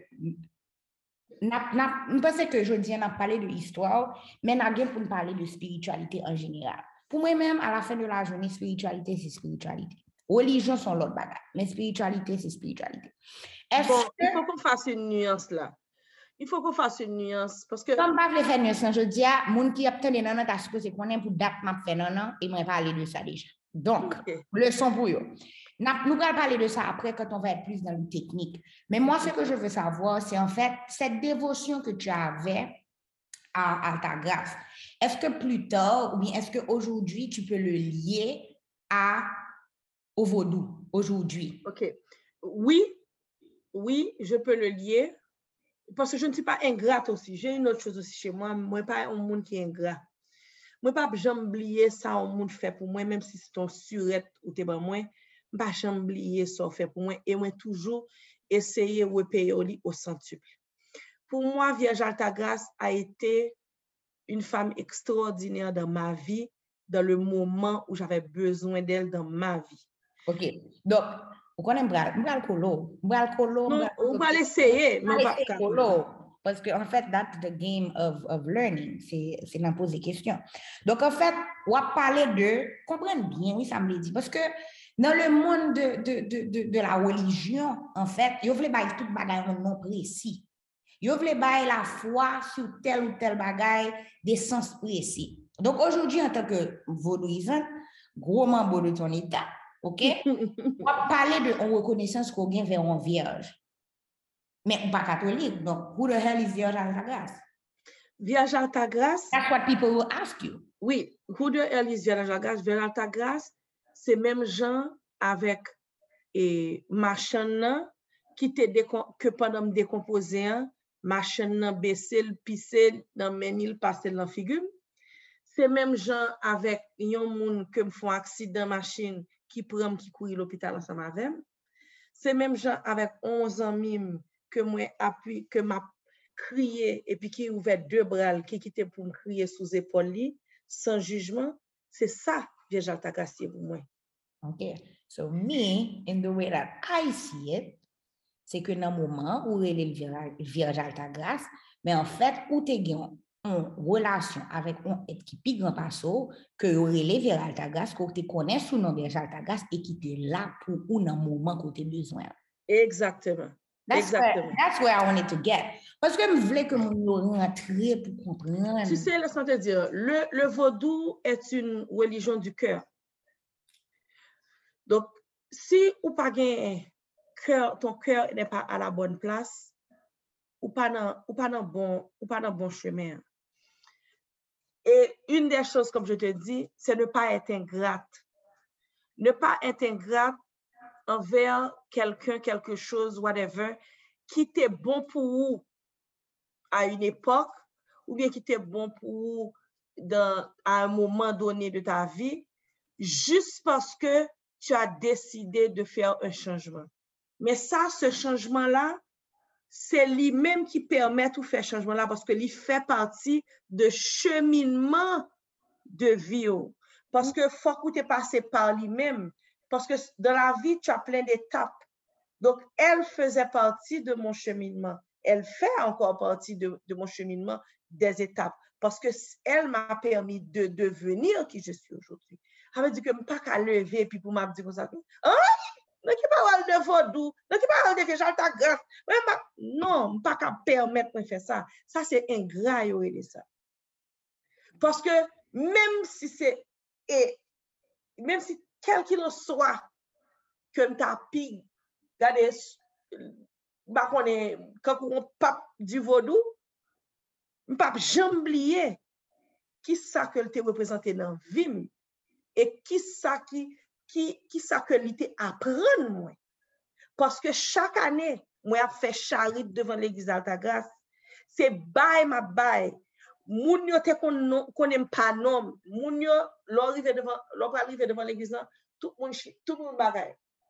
je pense que je dis on a parlé de l'histoire, mais on a bien pour parler de spiritualité en général. Pour moi-même, à la fin de la journée, spiritualité, c'est spiritualité. Religion sont l'autre bagage, mais spiritualité, c'est spiritualité. Il faut qu'on fasse une nuance là. Il faut qu'on fasse une nuance parce que. Comme je vais faire une nuance, je dis à mon qui a obtenu non, t'as supposé qu'on ait pour date m'a fait non, et moi parler de ça déjà. Donc, leçon pour eux. Nous allons parler de ça après quand on va être plus dans le technique. Mais moi, ce que je veux savoir, c'est en fait cette dévotion que tu avais à ta grâce. Est-ce que plus tard, ou bien est-ce qu'aujourd'hui, tu peux le lier au vaudou, aujourd'hui? OK. Oui, je peux le lier. Parce que je ne suis pas ingrate aussi. J'ai une autre chose aussi chez moi. Moi, pas un monde qui est ingrat. Moi, pas jamais oublier ça, un monde fait pour moi, même si c'est ton surette ou t'es ben moi. Pas jamais oublier ça fait pour moi et moi toujours essayer de payer au centuple. Pour moi, Vierge Altagrace a été une femme extraordinaire dans ma vie, dans le moment où j'avais besoin d'elle dans ma vie. OK. Donc, vous connaissez Mbral Kolo? Non, on va l'essayer, mais pas Kolo. Parce qu'en fait, that's the game of learning. C'est d'en poser des questions. Donc, en fait, on va parler de, comprendre bien, oui, ça me l'a dit. Parce que dans le monde de la religion, en fait, il voulait bailler tout bagage un nom précis. Il voulait bailler la foi sur tel ou tel bagage des sens précis. Donc, aujourd'hui, en tant que vaudouisante, gros membre de ton état, OK? On va parler de reconnaissance qu'on gagne vers un vierge. Mais on n'est pas catholique. Donc, who the hell is Vierge Altagrace? Vierge Altagrace? That's what people will ask you. Oui, who the hell is Vierge Altagrace? Vierge Altagrace, c'est même gens avec machin qui te que pendant me décomposer, machin baisser, le pisser, dans menil passer dans figure. C'est même gens avec yon moun que me font accident machine qui prend qui courir l'hôpital ensemble avec. C'est même gens avec 11 amis que moi appuie que m'a crié et puis qui ouvert deux bras qui quittait pour me crier sous épaule sans jugement. C'est ça Vierge Altagracia pour moi. Okay. So me, in the way that I see it, c'est que dans le moment où il est Vierge Altagrace, mais en fait, où tu es en relation avec un être qui est grand passo, que il est Vierge Altagrace, que tu connais sous nom Vierge Altagrace et qui est là pour ou dans le moment que tu as besoin. Exactement. That's where I wanted to get. Parce que je voulais que mon rentrer pour comprendre. Tu sais, laisse-moi te dire, le vaudou est une religion du cœur. Donc, si ou pas ton cœur n'est pas à la bonne place, ou pas dans bon chemin. Et une des choses, comme je te dis, c'est ne pas être ingrate. Ne pas être ingrate envers quelqu'un, quelque chose, whatever, qui était bon pour vous à une époque, ou bien qui était bon pour vous à un moment donné de ta vie, juste parce que tu as décidé de faire un changement. Mais ça, ce changement-là, c'est lui-même qui permet tout faire changement-là parce que il fait partie de cheminement de vie. Parce que faut que tu es passé par lui-même. Parce que dans la vie, tu as plein d'étapes. Donc, elle faisait partie de mon cheminement. Elle fait encore partie de mon cheminement des étapes. Parce qu'elle m'a permis de devenir qui je suis aujourd'hui. Ça veut dire que je ne peux pas qu'à lever et puis pour m'a dire comme ça. Ah! Non, qui parle de vaudou, non, qui parle de Vierge Altagrace. Non, je ne peux pas qu'à permettre de faire ça. Ça, c'est ingrat, ça. Parce que même si quel qu'il en soit, que ta pig, regardez, quand on pape du vaudou, je ne peux pas jamais oublier qui ça que te représenté dans la vie et qui ça que l'ité apprendre moi. Parce que chaque année, moi a fait charite devant l'église d'Altagrace, c'est bail ma bail. Moun yo te konnen pas nom, moun yo l'arrivé devant l'église tout monde bagay.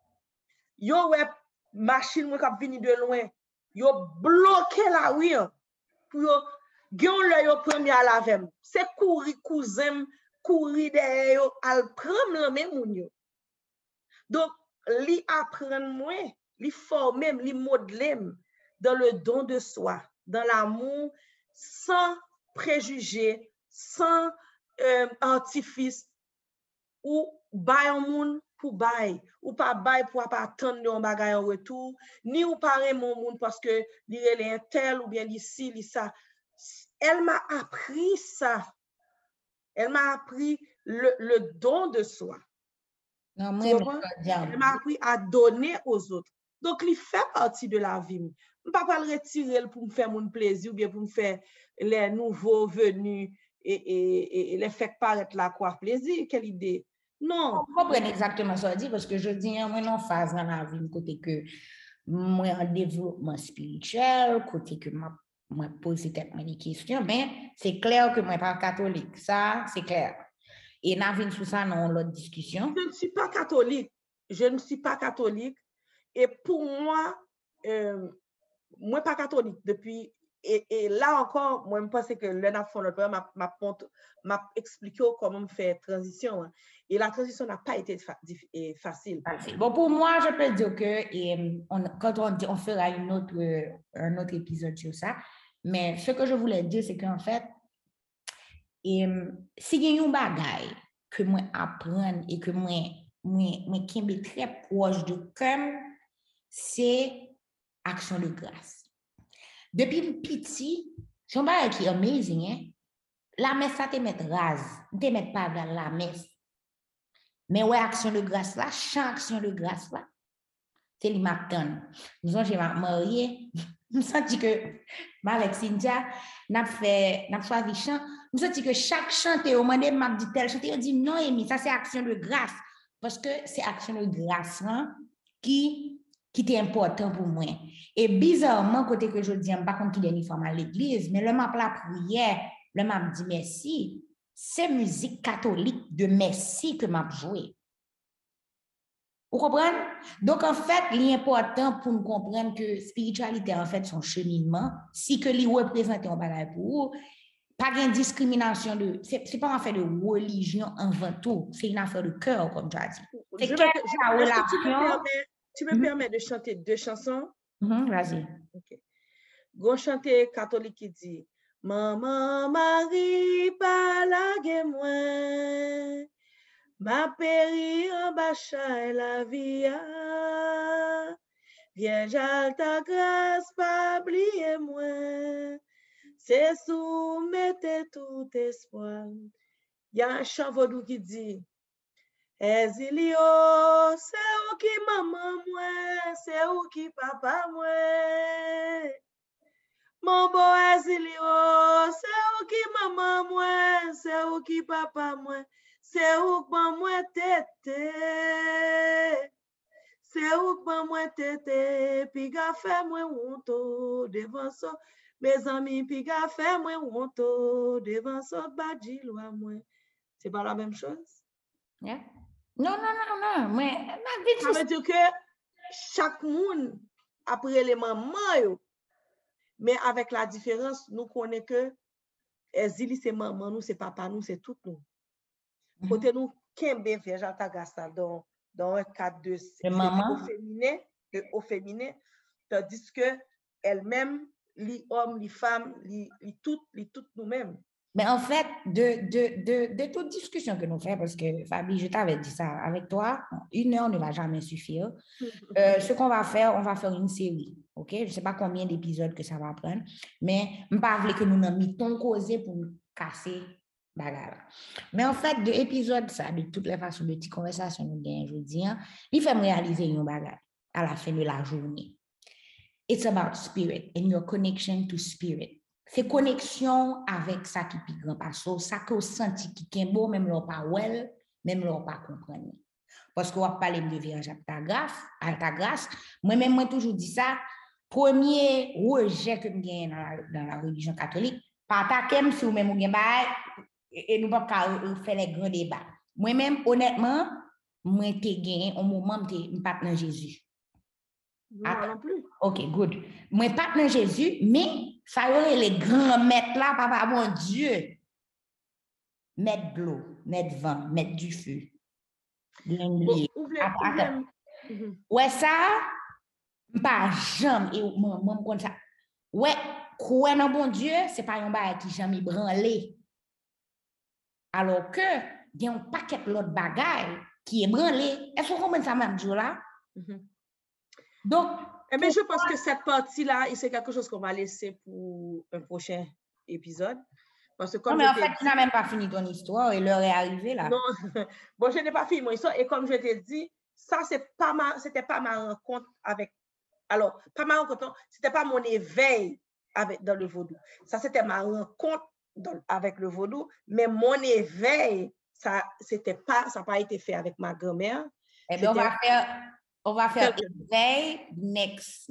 Yo ouais machine moi k'ap vini de loin, yo bloqué la rue pour yo gen le yo premier à la vem. C'est cousin courir derrière yo al prendre la même moun yo. Donc li apprendre moi, li former, li modeler dans le don de soi, dans l'amour sans préjugés, sans artifice ou bay un moun pour bay ou pas bay pour pas attendre un bagay en retour ni ou pas mon moun parce que li est un tel ou bien ici li ça. Elle m'a appris ça. Elle m'a appris le don de soi. Non, moi, elle m'a appris à donner aux autres. Donc, il fait partie de la vie. Je ne peux pas le retirer pour me faire mon plaisir ou bien pour me faire les nouveaux venus et les faire paraître la quoi plaisir. Quelle idée? Non. Je comprends exactement ça dit parce que je dis, moi, non, phase dans la vie, côté que moi, en développement spirituel, côté que moi, pose des questions, mais c'est clair que moi, je ne suis pas catholique. Ça, c'est clair. Et nous avons sur ça dans l'autre discussion. Je ne suis pas catholique. Je ne suis pas catholique. Et pour moi, moi, pas catholique depuis. Et là encore, moi, je pense que le fondateur m'a expliqué comment faire transition. Et la transition n'a pas été facile. Bon, pour moi, je peux dire que quand on fera un autre épisode sur ça, mais ce que je voulais dire, c'est qu'en fait, si il y a un bagay que moi apprendre et que moi qui est très proche de cœur, c'est action de grâce. Depuis petit, c'est un bagay qui est amazing, hein? La messe, ça te met rase, te met pas dans la messe. Mais ouais, action de grâce là, chaque action de grâce là, c'est les matins. Nous j'ai marié, je me sens que avec Cynthia, n'a choisi chant. Je me sens que chaque chanté au moment m'a dit tel chanté, on dit non, Amy, ça c'est action de grâce. parce que c'est action de grâce qui était important pour moi. Et bizarrement, côté que je dis, je ne sais pas contre qui dernière fois à l'église, mais le m'a la prière, le m'a dit merci, c'est musique catholique de merci que m'a joué. Vous comprenez? Donc, en fait, l'important pour nous comprendre que spiritualité, en fait, son cheminement, si que lui représente un bagage pour vous, pas de discrimination de, c'est pas une affaire de religion avant tout, c'est une affaire de cœur, comme tu as dit. C'est quelle est la Est-ce que relation? tu me permets de chanter 2 chansons? Vas-y. Ok. Gon chanter catholique qui dit, Maman Marie, pas lage moi, ma péri en bacha la via. Vierge alta grâce, pas oublier moi. C'est soumettre tout espoir. Il y a un chant vaudou qui dit, Ezilio, c'est où qui maman moi, c'est où qui papa moi. Mon beau Ezilio, c'est où qui maman moi, c'est où qui papa moi, c'est où que moi tété. C'est où que moi tété, puis gars fait moi honto devant ça. Mes amis, puis gars fait moi honto devant ça, badji loi moi. C'est pas la même chose? Yeah. Non. Mais, ça veut dire que chaque monde, après les mamans, mais avec la différence, nous connaissons que Ezili, c'est maman, nous, c'est papa, nous, c'est tout nous. Côté nous, Kembe Vierge Altagasta dans un cadre de au féminin, tandis que elle-même, les hommes, les femmes, les toutes nous-mêmes. Mais en fait, de toute discussion que nous faisons, parce que Fabi, je t'avais dit ça avec toi, 1 heure ne va jamais suffire. Ce qu'on va faire, on va faire une série. OK? Je ne sais pas combien d'épisodes que ça va prendre, mais je ne pas que nous n'en mettons causer pour nous casser bagarre. Mais en fait, de l'épisode, ça, de toutes les façons de petites conversations nous gagnons aujourd'hui, il fait me réaliser une bagarre à la fin de la journée. It's about spirit and your connection to spirit. C'est connexion avec ça qui est grand passo, ça que vous sentez qui est beau, même là pas well, même là pas comprendre. Parce qu'on va parler de Vierge Altagrace. Moi-même, moi toujours dit ça. Premier rejet que je gagne dans la religion catholique, pas attaquer si vous-même vous gagnez et nous pas faire les grands débats. Moi-même, honnêtement, moi j'ai gagné au moment où je pas dans Jésus. Moi non plus. OK, good. Moi pas dans Jésus, mais ça y est les grands maîtres là, papa, mon Dieu. Mettre de l'eau, mettre vent, mettre du feu. Ouais, ça, pas jamais, et moi, comme ça. Ouais, croire dans bon Dieu, c'est pas un bail qui jamais branlé. Alors que, il y a un paquet l'autre bagaille qui est branlé. Est-ce que vous comprenez ça même jour là? Donc, mais je pense que cette partie-là, c'est quelque chose qu'on va laisser pour un prochain épisode. Parce que comme non, mais en fait, tu n'as même pas fini ton histoire et l'heure est arrivée là. Non, bon, je n'ai pas fini mon histoire. Et comme je t'ai dit, ça, c'était pas ma rencontre avec. Alors, pas ma rencontre, c'était pas mon éveil dans le vaudou. Ça, c'était ma rencontre avec le vaudou. Mais mon éveil, ça n'a pas été fait avec ma grand-mère. Eh bien, on va faire éveil next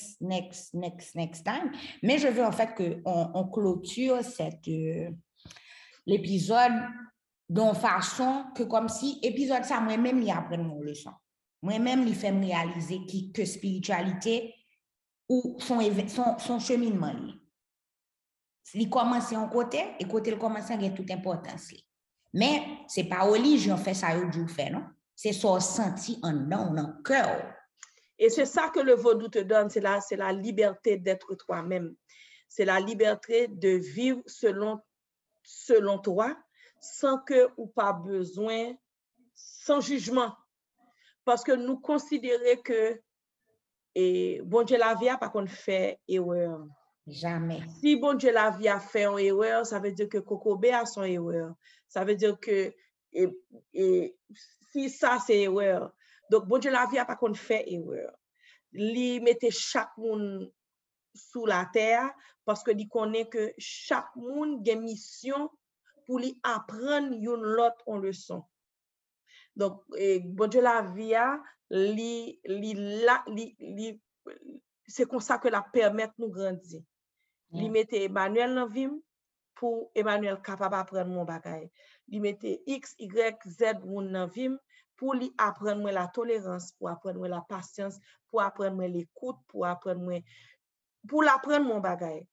time. Mais je veux en fait qu'on clôture l'épisode d'une façon que comme si l'épisode ça, moi-même, il apprend mon leçon. Moi-même, il fait me réaliser que spiritualité ou son cheminement. Il commence en côté et côté le commence à toute importance. Mais ce n'est pas religion fait ça au jour fait, non? C'est son senti en non, en cœur. Et c'est ça que le vaudou te donne, c'est la liberté d'être toi-même. C'est la liberté de vivre selon toi, sans que ou pas besoin, sans jugement. Parce que nous considérons que bon Dieu la vie a pas qu'on fait erreur. Jamais. Si bon Dieu la vie a fait une erreur, ça veut dire que Kokobé a son erreur. Ça veut dire que si ça c'est erreur. Donc bon Dieu la vie a pas qu'on fait erreur. Li mette chaque monde sous la terre parce que il connaît que chaque monde a une mission pour lui apprendre une autre leçon. Donc, bon Dieu la vie, c'est comme ça que la permet nous grandir. Li mette Emmanuel dans vie pour Emmanuel capable apprendre mon bagage. Li mette X, Y, Z moun dans vie pour lui apprendre la tolérance, pour apprendre la patience, pour apprendre l'écoute, pour l'apprendre mon bagage.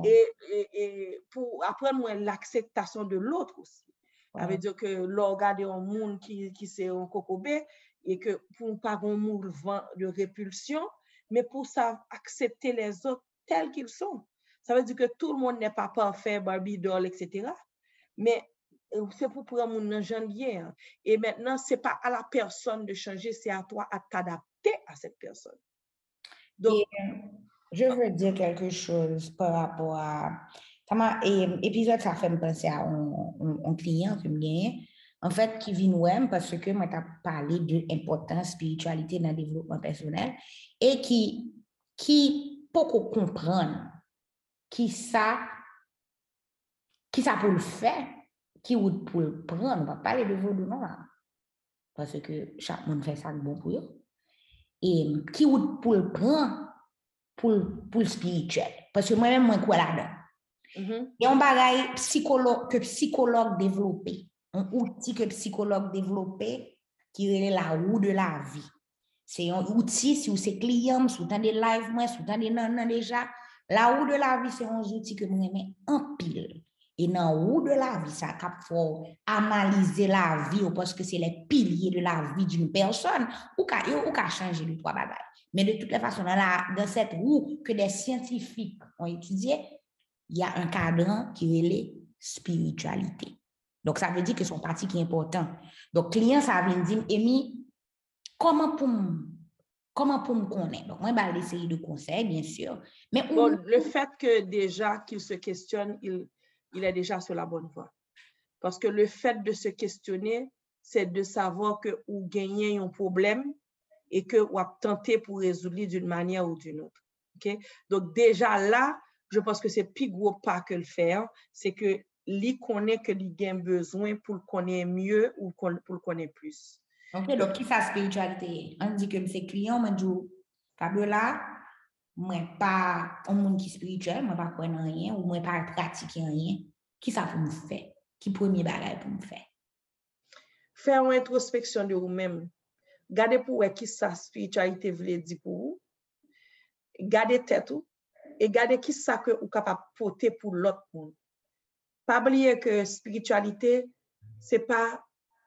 Et pour apprendre l'acceptation de l'autre aussi. Ça veut dire que l'on regarde un monde qui c'est un cocobé et que pour pas un mouvement de répulsion, mais pour ça accepter les autres tels qu'ils sont. Ça veut dire que tout le monde n'est pas parfait, Barbie doll, etc. Mais c'est pour prendre mon janvier. Et maintenant, c'est pas à la personne de changer, c'est à toi à t'adapter à cette personne. Donc, je veux dire quelque chose par rapport à... Épisode, ça fait me penser à un client que je gagne, en fait, qui vient nous parce que moi, tu as parlé de l'importance spiritualité dans le développement personnel et qui peut comprendre qui ça pour le faire, qui ou pour le prendre. On va parler de vaudou, non, là. Parce que chaque monde fait ça bon pour eux. Et qui ou pour le prendre, pour le spirituel. Parce que moi-même, moi, quoi là-dedans. Il y a un bagage que psychologue développé, un outil que psychologue développé qui est la roue de la vie. C'est un outil, si vous êtes client, si vous avez des lives, si vous avez des déjà, la roue de la vie, c'est un outil que vous aimez en pile. Et dans la roue de la vie, ça faut analyser la vie parce que c'est les piliers de la vie d'une personne ou qu'à changer les trois bagages. Mais de toutes les façons, dans cette roue que des scientifiques ont étudié, il y a un cadran qui est la spiritualité. Donc, ça veut dire que son parti qui est important. Donc, client, ça vient dire, Amy, comment pour me connaître? Donc, moi, je vais essayer de conseils, bien sûr. Mais bon, le fait que déjà qu'il se questionne, il est déjà sur la bonne voie. Parce que le fait de se questionner, c'est de savoir que vous gagnez un problème et que vous avez tenté pour résoudre d'une manière ou d'une autre. Okay? Donc, déjà là, je pense que c'est le plus gros pas que le faire, c'est que lui connaît que lui a besoin pour le connaître mieux ou pour le connaître plus. Ok, donc qui ça spiritualité? On dit que c'est client, on dit, là, moi pas un monde qui est spirituel, moi pas connaître rien, ou moi pas pratiquer rien. Qui ça pour me faire? Qui premier bagage pour me faire? Faire une introspection de vous-même. Gardez pour qui ça spiritualité veut dire pour vous. Gardez tête ou et gardez qui ça que vous capable porter pour l'autre monde. Pas oublier que spiritualité c'est pas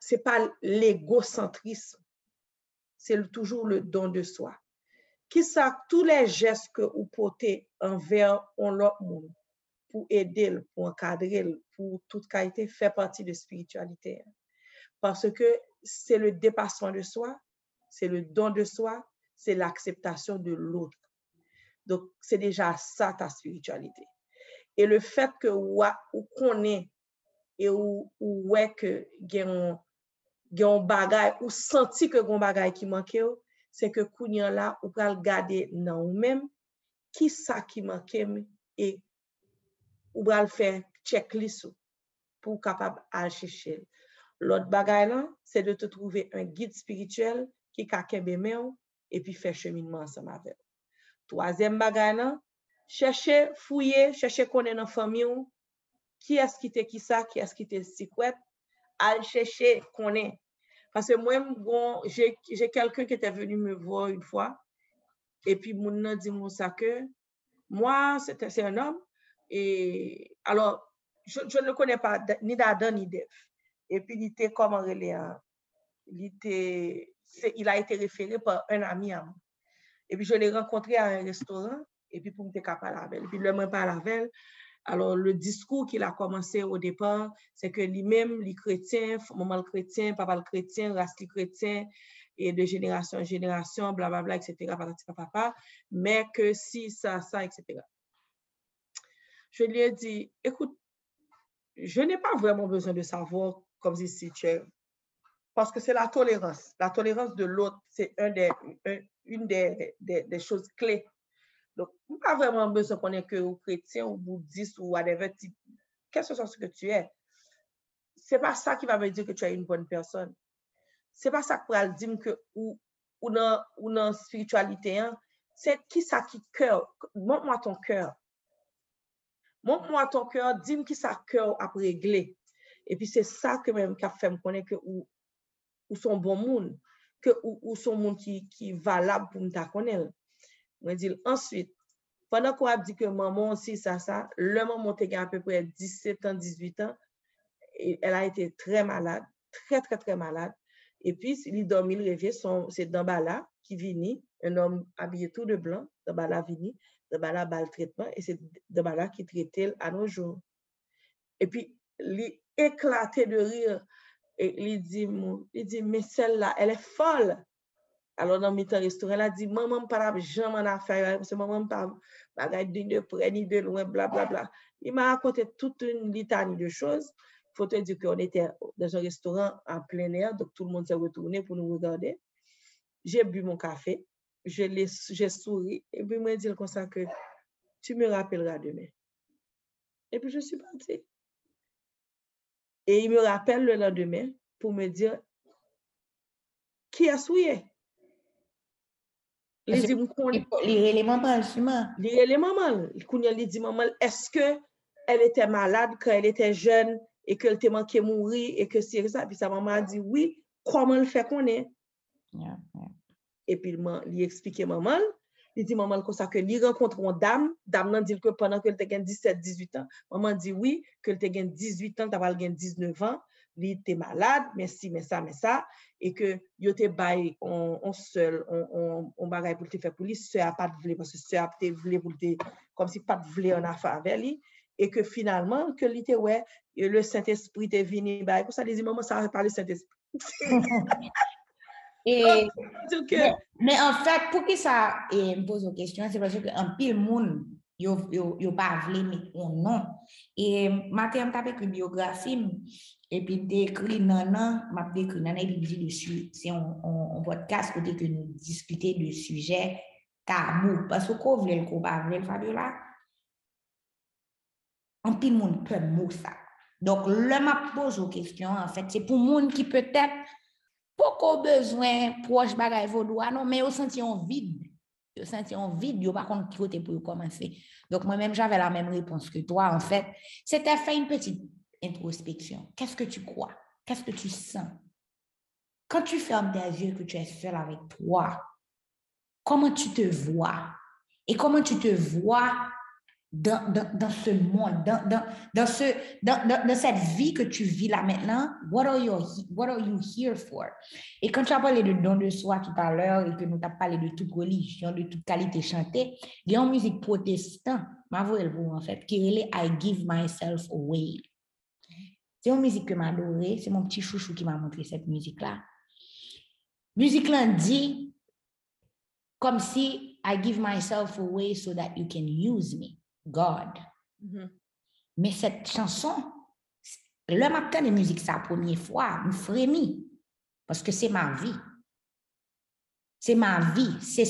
l'égocentrisme. C'est toujours le don de soi. Qui ça tous les gestes que vous portez envers l'autre monde pour aider, pour encadrer, pour toute qualité fait partie de spiritualité. Parce que c'est le dépassement de soi, c'est le don de soi, c'est l'acceptation de l'autre. Donc, c'est déjà ça ta spiritualité. Et le fait que vous connaissez et ou ouais que gen bagay ou senti que gon bagay qui manque, c'est que kounyan là ou pral garder nan ou même qui ça qui manque et ou pral faire checklist pour capable à chercher. L'autre bagay là, c'est de te trouver un guide spirituel qui ka kembe men et puis faire cheminement ensemble avec. Troisième bagay là, chercher, fouiller, chercher connaître dans famille qui est-ce qui te qui ça, qui est-ce qui te secret, à chercher connaître. Parce que moi, bon, j'ai quelqu'un qui était venu me voir une fois, et puis mon nom dit ça que moi, c'est un homme, et alors, je ne le connais pas, ni d'Adam, ni d'Ève. Et puis, il était comme en relais, il a été référé par un ami à moi. Et puis, je l'ai rencontré à un restaurant, et puis, pour me parler avec elle. Et puis, le même parle avec elle. Alors, le discours qu'il a commencé au départ, c'est que lui-même, les chrétiens, maman le chrétien, papa le chrétien, race le chrétien, et de génération en génération, blablabla, etc., papa, mais que si, ça, etc. Je lui ai dit, écoute, je n'ai pas vraiment besoin de savoir comme si tu es, parce que c'est la tolérance. La tolérance de l'autre, c'est une des choses clés. Donc, on n'a pas vraiment besoin qu'on ait que ou chrétien ou bouddhiste ou whatever type, quel que soit ce que tu es. C'est pas ça qui va me dire que tu es une bonne personne. c'est pas ça que pour dire que ou dans spiritualité, hein, c'est qui ça qui cœur. Montre-moi ton cœur. Montre-moi ton cœur, dis-moi qui ça cœur a réglé. Et puis c'est ça que même qu'a fait me connaître que ou son bon monde, que ou son monde qui valable pour me connaître. Moi dis ensuite pendant qu'on a dit que maman aussi ça le maman était à peu près 17 ans 18 ans et elle a été très malade, très malade. Et puis il dormit le réveil c'est Dambala qui vient, un homme habillé tout de blanc, Dambala vient, Dambala bas le traitement et c'est Dambala qui traitait à nos jours. Et puis il éclatait de rire et il dit mais celle-là elle est folle. Alors dans le restaurant elle a dit maman pas jamais en affaire parce que maman pas bagaille de près ni de loin bla bla bla. Il m'a raconté toute une litanie de choses. Il faut te dire qu'on était dans un restaurant en plein air, donc tout le monde s'est retourné pour nous regarder. J'ai bu mon café, j'ai souri, et puis moi, dit comme ça que tu me rappelleras demain. Et puis je suis partie. Et il me rappelle le lendemain pour me dire qui a souillé. Les éléments maman. Les éléments maman. Il dit maman, est-ce que elle était malade quand elle était jeune et qu'elle était manqué mourir et que c'est ça. Puis sa maman a dit oui, comment le fait qu'on est? Yeah. Et puis il expliquait maman, il dit maman comme ça que il rencontre une dame nan dit que pendant que elle était 17-18 ans, maman dit oui, que elle était 18 ans, t'as 19 ans, il était malade, mais ça et que il était bail on seul on bagaille pour te faire pour lui, ça a pas de vle parce que ça a te vle pour te comme si pas de vle en affaire avec lui et que finalement que il était ouais, le Saint-Esprit est venu bail pour ça il dit maman ça parler Saint-Esprit. Et, mais en fait, pour qui ça me pose une question, c'est parce qu'un pile monde, yo pas voulu mettre un nom. Et matin, je écrit une biographie, et puis décrit nana, m'a décrit nana, et puis dit dessus, c'est un podcast côté que nous discuter de sujets tabou. Parce que qu'on voulait le qu'on pas voulait le Fabiola, un pile monde peut mot ça. Donc, là, m'a pose une question, en fait, c'est pour monde qui peut-être beaucoup besoin proche bagay vaudois non mais au senti un vide yo pas contre côté pour commencer donc moi même j'avais la même réponse que toi en fait c'était faire une petite introspection. Qu'est-ce que tu crois, qu'est-ce que tu sens quand tu fermes tes yeux que tu es seul avec toi? Comment tu te vois et comment tu te vois dans ce monde, dans cette vie que tu vis là maintenant? What are you here for? Et quand tu as parlé de don de soi tout à l'heure et que nous avons parlé de toute religion, de toute qualité chantée, il y a une musique protestante, en fait, qui est I Give Myself Away. C'est une musique que m'adorée, c'est mon petit chouchou qui m'a montré cette musique-là. Musique-là dit comme si I give myself away so that you can use me. God. Mm-hmm. Mais cette chanson, le matin de musique, c'est la première fois, me frémit. Parce que c'est ma vie. C'est ma vie. C'est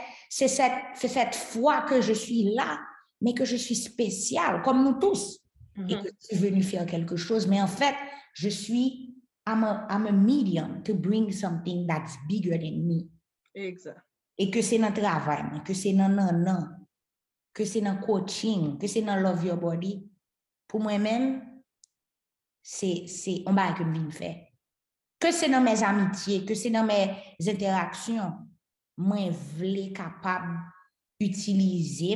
cette fois que je suis là, mais que je suis spéciale, comme nous tous. Mm-hmm. Et que je suis venue faire quelque chose. Mais en fait, je suis, I'm a medium to bring something that's bigger than me. Exact. Et que c'est dans le travail, que c'est non. Que c'est dans le coaching, que c'est dans Love Your Body, pour moi-même, c'est un bagage que je viens de faire. Que c'est dans mes amitiés, que c'est dans mes interactions, moi, je suis capable d'utiliser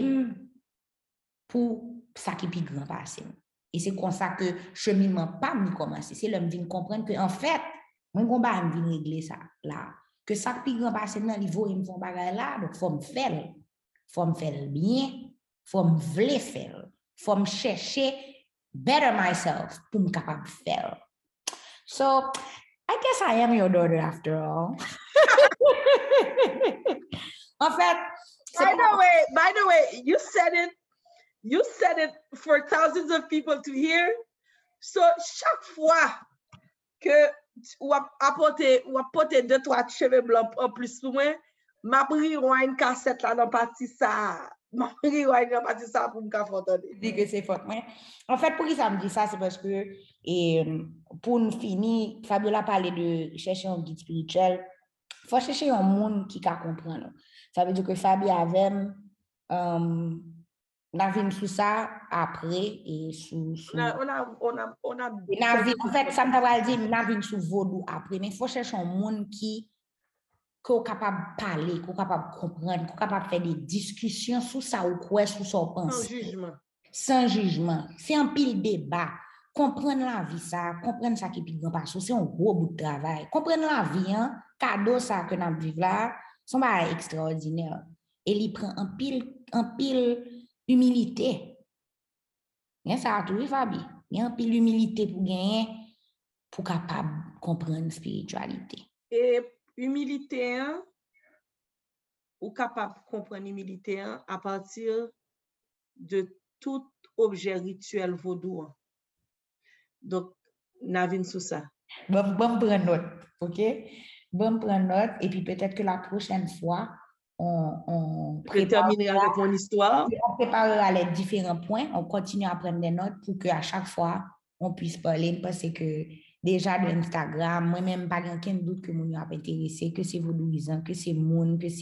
pour ça qui est plus grand passé. Et c'est comme ça que cheminement pas me commencer. C'est là que je viens comprendre que, en fait, moi, je viens régler ça là. Que ça qui est plus grand passé dans le niveau, il me font bagage là, donc il faut me faire. Faut me faire bien, faut me vle faire, faut me chercher better myself pour me capable de faire. So, I guess I am your daughter after all. En fait, by the way, you said it for thousands of people to hear. So, chaque fois que ou apporter 2-3 cheveux blancs en plus pour moi, m'a pris une cassette là dans partie ça. Je vais pas dire ça pour me faire entendre. Dis que c'est fort. En fait, pour qui ça me dit ça, c'est parce que, et, pour nous finir, Fabiola parlait de chercher un guide spirituel. Il faut chercher un monde qui peut comprendre. Ça veut dire que Fabi avait Navin sous ça après et sous. En fait, ça me va dire Navin sous vaudou après, mais il faut chercher un monde qui est capable de parler, qui est capable de comprendre, qui est capable de faire des discussions sur ça ou quoi, sur son pensée. Sans jugement. Sans jugement. C'est un pile débat. Comprendre la vie, ça, comprendre ça qui est grand parce que c'est un gros bout de travail. Comprendre la vie, hein, cadeau ça que nous vivons là, c'est pas extraordinaire. Et il prend un pile humilité. Il ça a tout, Fabi. Il y a un pile humilité pour gagner, pour capable comprendre la spiritualité. Et humilité, hein, ou capable de comprendre l'humilité hein, à partir de tout objet rituel vaudou. Donc, Navin sous ça. Bon, prendre note, ok? Bon, prendre note, et puis peut-être que la prochaine fois, on terminera avec mon histoire. On préparera les différents points, on continue à prendre des notes pour qu'à chaque fois, on puisse parler, parce que déjà de Instagram, moi-même, pas aucun doute que mon a intéressé, que c'est vaudouisant, que c'est moun, que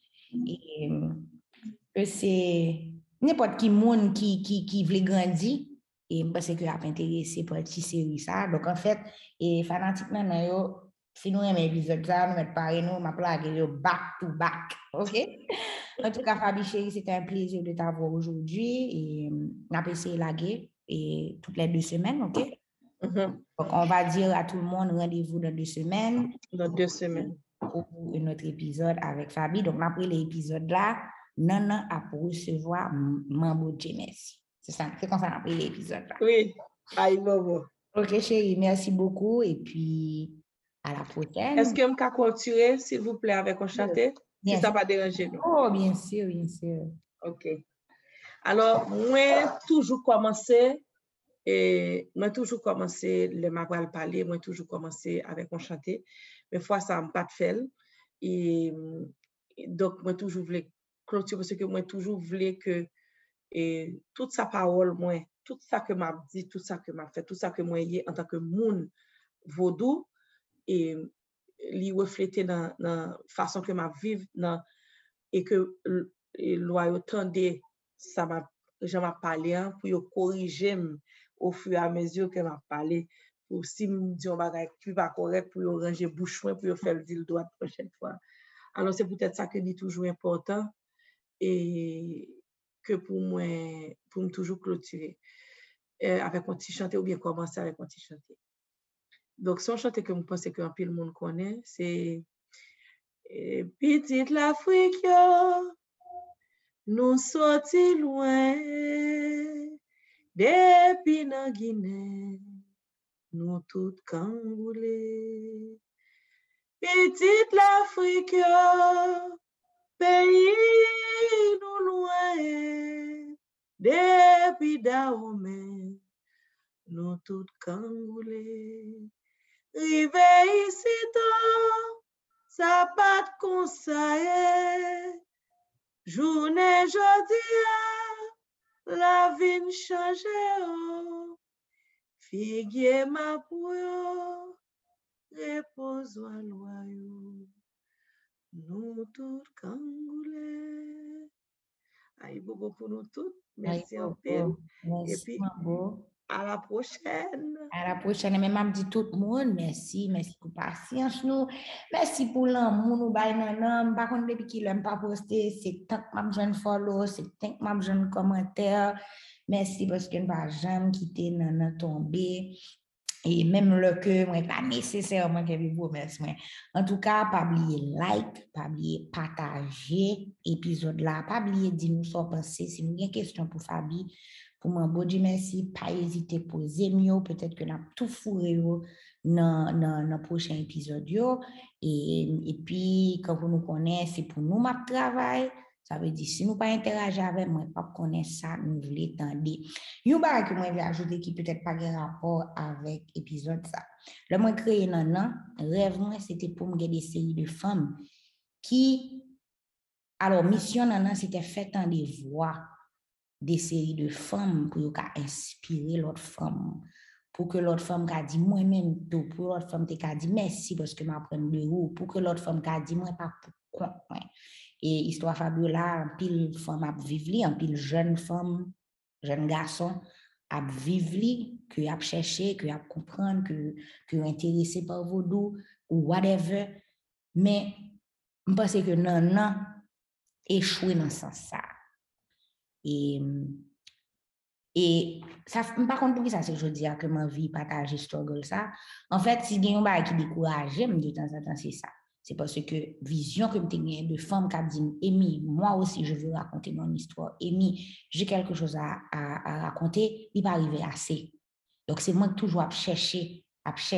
c'est n'importe qui monde qui veut grandir, et parce que a intéressé par cette série ça. Donc en fait, et fanatiquement, si nous aimons l'épisode ça, nous mettons pareil, nous ma plague back to back, ok? En tout cas, Fabi chérie, c'était un plaisir de t'avoir aujourd'hui et on a essayé laguer et toutes les 2 semaines, ok? Donc on va dire à tout le monde rendez-vous dans 2 semaines. Dans 2 semaines. Pour un autre épisode avec Fabi. Donc après l'épisode là, Nana a pour recevoir Mambo Genesis. C'est ça, c'est comme ça après l'épisode là. Oui, aïe Mambo. Ok chérie, merci beaucoup et puis à la prochaine. Est-ce que je peux continuer, s'il vous plaît, avec un chanté? Si ça ne va pas déranger nous. Oh, bien sûr, bien sûr. Ok. Alors, moi, toujours commencer, le m'a parler, moi, toujours commencer avec un chanté. Mais fois, ça m'a pas de fait. Et donc, moi, toujours voulais clôturer parce que moi, toujours voulais que toute sa parole, moi, tout ça que m'a dit, tout ça que m'a fait, tout ça que moi, en tant que moun vaudou, et li refléter dans la façon que m'a vivre et que loyauté ça m'a j'en parlé pour corriger au fur et à mesure que m'a parlé pour si me dit on bagage plus pas correct pour ranger bouche pour faire le dire droit la prochaine fois. Alors c'est peut-être ça que dit toujours important et que pour moi pour me toujours clôturer avec un petit chanter ou bien commencer avec un petit chanter. Donc, son chanté que je pense qu'un peu le monde connaît, c'est Petite l'Afrique, nous sortis loin, depuis la Guinée, nous toutes camboulés. Petite l'Afrique, pays nous loin, depuis Dahomey, nous toutes camboulés. Rive ici, ça pas de conseil. Journée jodia, la vie change. Figuier ma pouyo, repose à loyau. Nous tous cangoulés. Aïe, beaucoup pour nous tous. Merci en peine. Et puis, à la prochaine. À la prochaine. Même je dis tout le monde, merci pour patience nous. Merci pour l'amour nous bail nan. Par contre depuis qu'il aime pas poster, c'est tant que m'a besoin de follow, c'est tant que m'a besoin de commentaire. Merci parce que ne va jamais quitter nan tomber. Et même le que moi pas nécessairement que vous merci. En tout cas, pas oublier like, pas oublier partager épisode là, pas oublier dire nous so penser si vous avez une question pour Fabi. Pour moi, bon Dieu merci, pas hésiter à poser mieux, peut-être que n'a tout fourré dans le prochain épisode. Et puis, quand vous nous connaissez, c'est pour nous, ma travail. Ça veut dire, si nous pas interagir avec moi, pas connaître ça, nous voulons tendre. Une chose que moi vais ajouter qui peut-être pas de rapport avec l'épisode ça. Le moi créé rêve moi c'était pour me garder des séries de femmes qui Alors, mission nan c'était fait en des voix des séries de femmes pour inspirer l'autre femme, pour que l'autre femme a dit moi-même tout, pour l'autre femme a dit merci parce que m'apprends de vous, pour que l'autre femme a dit moi pas pour quoi. Et histoire fabula, en pile femme a vivre, en pile jeune femme, jeune garçon à vivre, que à chercher, que à comprendre, que intéressé par vaudou ou whatever. Mais je pense que non échoué dans ce sens ça. Et ça, par contre, pour ça, c'est que je dis que ma vie partage struggle ça. En fait, si il y a un bail qui décourage, de temps en temps, c'est ça. C'est parce que vision que je gagne de femme qui dit, Amy, moi aussi, je veux raconter mon histoire. Amy, j'ai quelque chose à raconter, il va arriver assez. Donc, c'est moi qui toujours à chercher.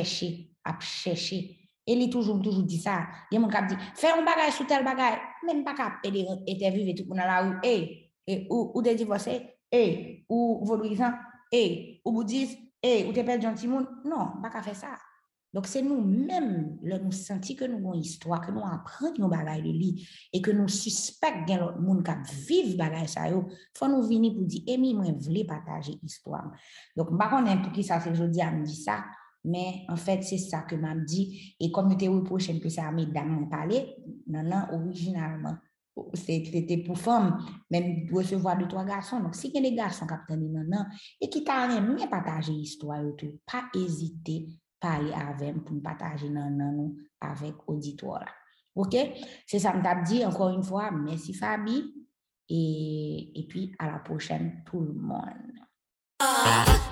Et il toujours dit ça. Il y a mon qui dit, fais un bagage sous tel bagage, même pas qu'à interviewer tout le monde dans la rue. Hey, ou t'es divorcé, hey, ou vaudouisant, hey, ou bouddhiste, hey, ou t'es perdu un petit monde. Non, pas qu'à faire ça. Donc, c'est nous-mêmes, nous sentir que nous avons une histoire, que nous apprenons nos bagages de lui et que nous suspectons que l'autre monde qui vivent bagages ça, il faut nous venir pour dire, Amy, moi, je voulais partager l'histoire. Donc, je ne sais pas pour qui ça, c'est aujourd'hui à me dire ça, mais en fait, c'est ça que m'a dit. Et comme je t'ai reproché que ça a mesdames parler, non, originalement, c'était pour femmes, même recevoir 2-3 garçons. Donc, si il y a des garçons qui ont non, et qui t'ont aimé partager l'histoire, pas hésiter parler avec pour partager non avec auditoire. OK? C'est ça que je dit encore une fois. Merci Fabi. Et puis à la prochaine tout le monde.